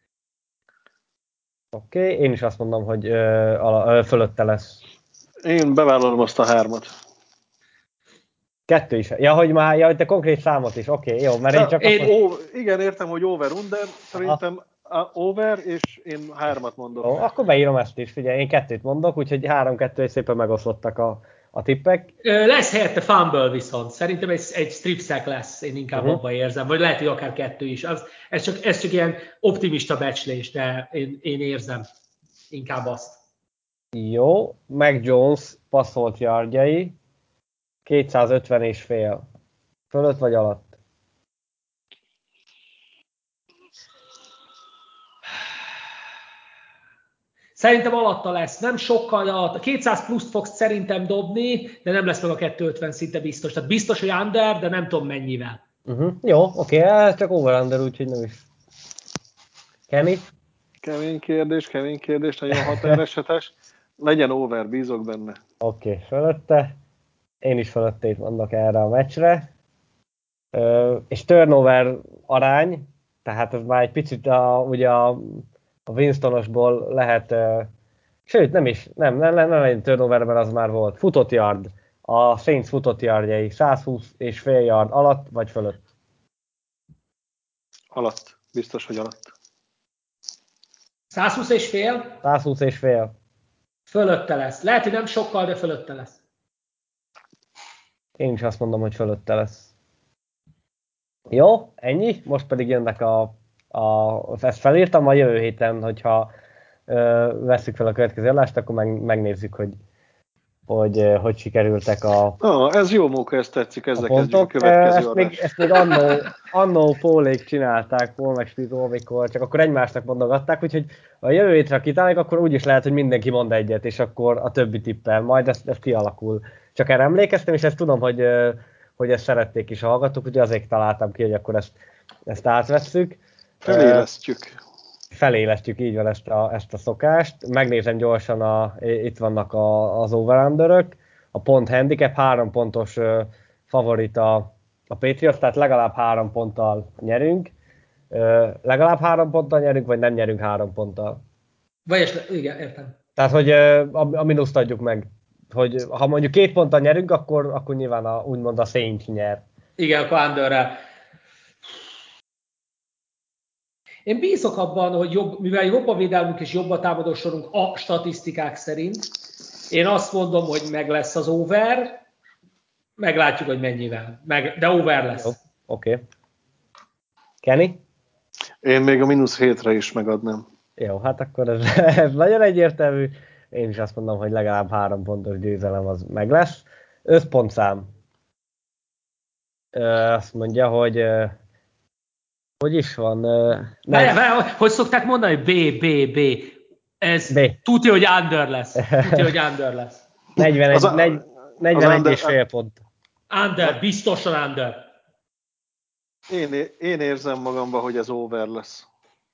Oké, én is azt mondom, hogy fölötte lesz.
Én bevállalom azt a 3-at.
2 is. Ja, hogy te konkrét számot is. Oké, jó, mert én csak
Igen, értem, hogy over-under. Szerintem over, és én 3-at mondok.
Jó, akkor beírom ezt is. Figyelj, én 2-t mondok, úgyhogy 3-2 szépen megoszlottak a tippek.
Lesz helyette fumble viszont. Szerintem egy strip sack lesz, én inkább abban érzem. Vagy lehet, hogy akár 2 is. Ez csak ilyen optimista becslés, de én érzem inkább azt.
Jó, Mac Jones passzolt yardjai 250,5. Fölött vagy alatt?
Szerintem alatta lesz, nem sokkal alatt. A 200 pluszt fogsz szerintem dobni, de nem lesz meg a 250 szinte biztos. Tehát biztos, hogy under, de nem tudom mennyivel.
Jó, oké, ez csak over-under, úgyhogy nem is. Kenny?
Kemény kérdés, nagyon határesetes. Legyen over, bízok benne.
Oké, fölötte. Én is fölöttét mondok erre a meccsre. És turnover arány, tehát ez már egy picit ugye a Winstonosból lehet, sőt nem legyen turnover, mert az már volt. Futott yard. A Saints futott yardjai 120,5 yard alatt vagy fölött?
Alatt. Biztos, hogy alatt.
120,5?
120,5.
Fölötte lesz. Lehet, hogy nem sokkal, de fölötte lesz.
Én is azt mondom, hogy fölötte lesz. Jó, ennyi. Most pedig jönnek ezt felírtam a jövő héten, hogyha vesszük fel a következő adást, akkor megnézzük, hogy sikerültek
ez jó móka, ezt tetszik, ezzel kezdjük a
következő
adást.
Ezt még annó Pólék csinálták, Pól meg Spizó, amikor csak akkor egymásnak mondogatták, úgyhogy a jövő hétre kitáljuk, akkor úgyis lehet, hogy mindenki mond egyet, és akkor a többi tippel, majd ez kialakul. Csak erre emlékeztem, és ezt tudom, hogy ezt szerették is a hallgatók, ugye azért találtam ki, hogy akkor ezt átvesszük. Felélesztjük, így van ezt a szokást. Megnézem gyorsan, itt vannak az over-underök. A pont handicap 3 pontos favorit a Patriots, tehát legalább 3 ponttal nyerünk. Legalább 3 ponttal nyerünk, vagy nem nyerünk 3 ponttal?
Igen, értem.
Tehát, hogy a mínuszt adjuk meg. Hogy ha mondjuk 2 ponttal nyerünk, akkor nyilván úgymond a Saints nyer.
Igen, akkor underrel. Én bízok abban, hogy mivel jobb a védelmünk és jobb a támadó sorunk a statisztikák szerint, én azt mondom, hogy meg lesz az over, meglátjuk, hogy mennyivel. De over lesz.
Jó, oké. Kenny?
Én még a -7-re is megadnám.
Jó, hát akkor ez nagyon egyértelmű. Én is azt mondom, hogy legalább 3 pontos győzelem az meg lesz. Összpontszám. Azt mondja, hogy hogy is van?
Hogy szokták mondani? B. Ez tudja, hogy under lesz.
41,5 pont.
Under, biztosan under.
Én érzem magamban, hogy ez over lesz.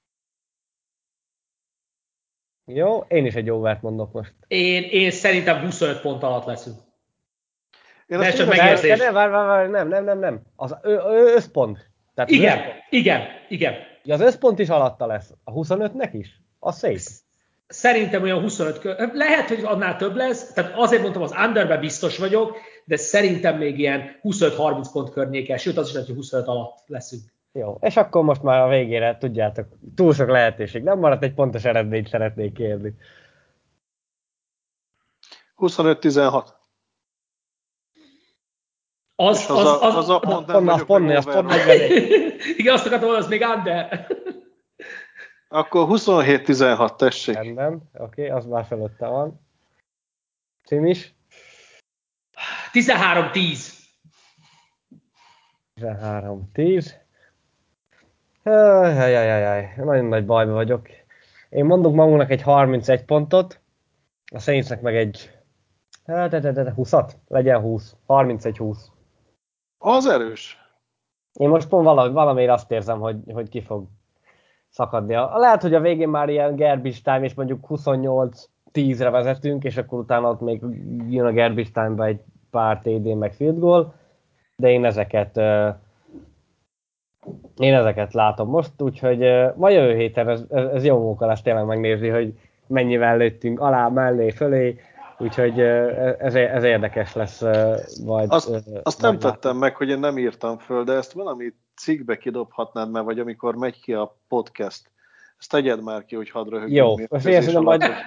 Jó, én is egy overt mondok most.
Én szerintem 25 pont alatt leszünk.
De csak megérzés. Nem. Az összpont. Tehát
Igen.
Ja, az összpont is alatta lesz. A 25-nek is? Az szép.
Szerintem olyan 25 lehet, hogy annál több lesz, tehát azért mondtam, az underben biztos vagyok, de szerintem még ilyen 25-30 pont környéken, sőt az is lehet, hogy 25 alatt leszünk.
Jó, és akkor most már a végére, tudjátok, túl sok lehetőség. Nem maradt, egy pontos eredményt szeretnék kérni.
25-16.
Az
a pont nem vagyok
pont 41.
Igen, azt akartam, hogy az még under.
Akkor 27-16, tessék.
Rendben, oké, az már fölötte van. Cimis?
13-10.
13-10. Jajjajjajjaj, nagyon nagy bajba vagyok. Én mondok magunknak egy 31 pontot, a Saintsnek meg egy De 20-at? Legyen 20. 31-20.
Az erős.
Én most pont valamiért azt érzem, hogy ki fog szakadni. Lehet, hogy a végén már ilyen garbage time, és mondjuk 28-10-re vezetünk, és akkor utána ott még jön a garbage time-ba egy pár TD meg field goal, de én ezeket látom most, úgyhogy majd jövő héten ez jó munka lesz tényleg megnézni, hogy mennyivel lőttünk alá, mellé, fölé, úgyhogy ez érdekes lesz majd.
Azt nem tettem meg, hogy én nem írtam föl, de ezt valami cikkbe kidobhatnád már, vagy amikor megy ki a podcast. Ezt tegyed már ki, hogy hadd röhögjünk.
Jó, félszínem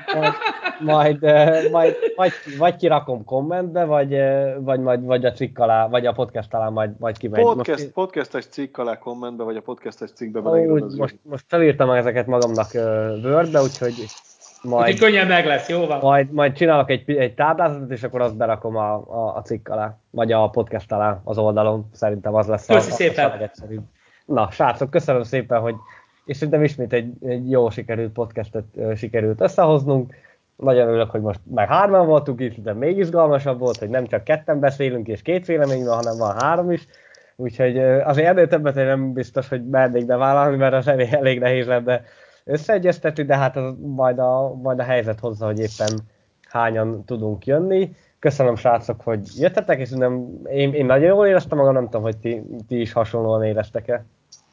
majd vagy kirakom kommentbe, vagy a cikk alá, vagy a podcast alá majd kimegy.
Podcastes cikk alá kommentbe, vagy a podcastes cikkbe beleírod az
most felírtam ezeket magamnak Wordbe, úgyhogy
majd könnyen meg lesz, jó van?
Majd csinálok egy táblázatot, és akkor azt berakom a cikk alá, vagy a podcast alá az oldalon. Szerintem az lesz
szépen.
legegyszerűbb. Na, srácok, köszönöm szépen, hogy és szerintem ismét egy jó sikerült podcastet sikerült összehoznunk. Nagyon örülök, hogy most már 3-an voltunk itt, de még izgalmasabb volt, hogy nem csak 2 beszélünk és 2 vélemény van, hanem van 3 is. Úgyhogy azért ennél többet én nem biztos, hogy mernék bevállalni, mert az elég nehéz lenne összeegyeztetni, de hát az majd a helyzet hozza, hogy éppen hányan tudunk jönni. Köszönöm, srácok, hogy jöttetek, és én nagyon jól éreztem magam, nem tudom, hogy ti is hasonlóan éreztek-e.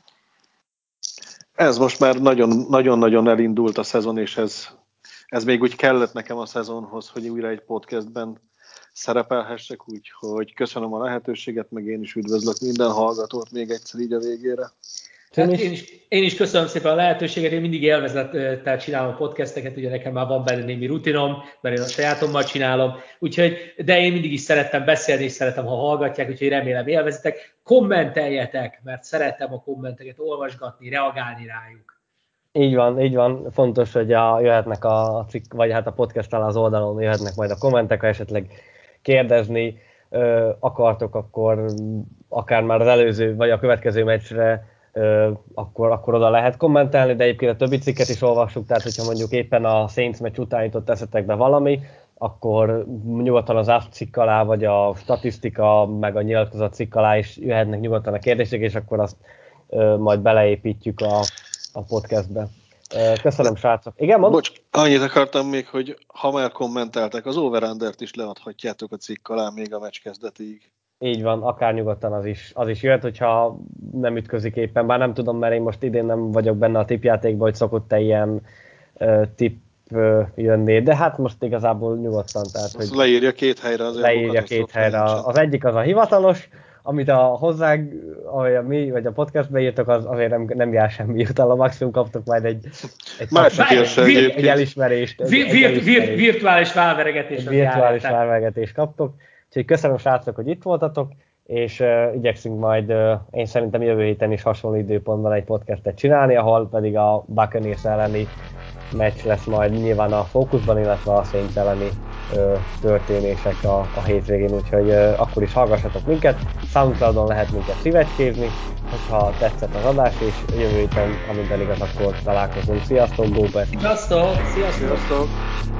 Ez most már nagyon-nagyon elindult a szezon, és ez még úgy kellett nekem a szezonhoz, hogy újra egy podcastben szerepelhessek, úgyhogy köszönöm a lehetőséget, meg én is üdvözlök minden hallgatót még egyszer így a végére.
Hát én is köszönöm szépen a lehetőséget, én mindig élvezettel csinálom podcasteket, ugye nekem már van benne némi rutinom, mert én a sajátommal csinálom, de én mindig is szerettem beszélni, és szeretem, ha hallgatják, úgyhogy remélem élvezitek. Kommenteljetek, mert szeretem a kommenteket olvasgatni, reagálni rájuk.
Így van, fontos, hogy jöhetnek a cikk, vagy hát a podcast alá az oldalon jöhetnek majd a kommentek, ha esetleg kérdezni akartok, akkor akár már az előző, vagy a következő meccsre akkor oda lehet kommentelni, de egyébként a többi cikket is olvassuk, tehát hogyha mondjuk éppen a Saints meccs után jutott teszetek be valami, akkor nyugodtan az AFT cikk alá, vagy a statisztika, meg a nyilatkozat cikk alá is jöhetnek nyugodtan a kérdések, és akkor azt majd beleépítjük a podcastbe. Köszönöm, srácok. Igen, mondd?
Bocs, annyit akartam még, hogy ha már kommenteltek, az over-undert is leadhatjátok a cikk alá még a meccs kezdetig.
Így van, akár nyugodtan az is jöhet, hogyha nem ütközik éppen. Bár nem tudom, mert én most idén nem vagyok benne a tippjátékban, hogy szokott-e ilyen tipp jönni, de hát most igazából nyugodtan. Tehát, hogy
leírja 2 helyre az
leírja 2 helyre. Az egyik az a hivatalos, amit hozzánk, mi, vagy a podcastbe írtok, az azért nem jár semmi jutalom, maximum kaptok majd egy elismerést.
Virtuális válveregetést.
Virtuális válveregetést kaptok. Úgyhogy köszönöm, srácok, hogy itt voltatok, és igyekszünk majd, én szerintem jövő héten is hasonló időpontban egy podcastet csinálni, ahol pedig a Buccaneers elleni meccs lesz majd nyilván a fókuszban, illetve a Saints elleni történések a hétvégén, úgyhogy akkor is hallgassatok minket. Soundcloudon lehet minket szívecskézni, hogyha tetszett az adás, és jövő héten, ha minden igaz, akkor találkozunk. Sziasztok, Góper!
Sziasztok!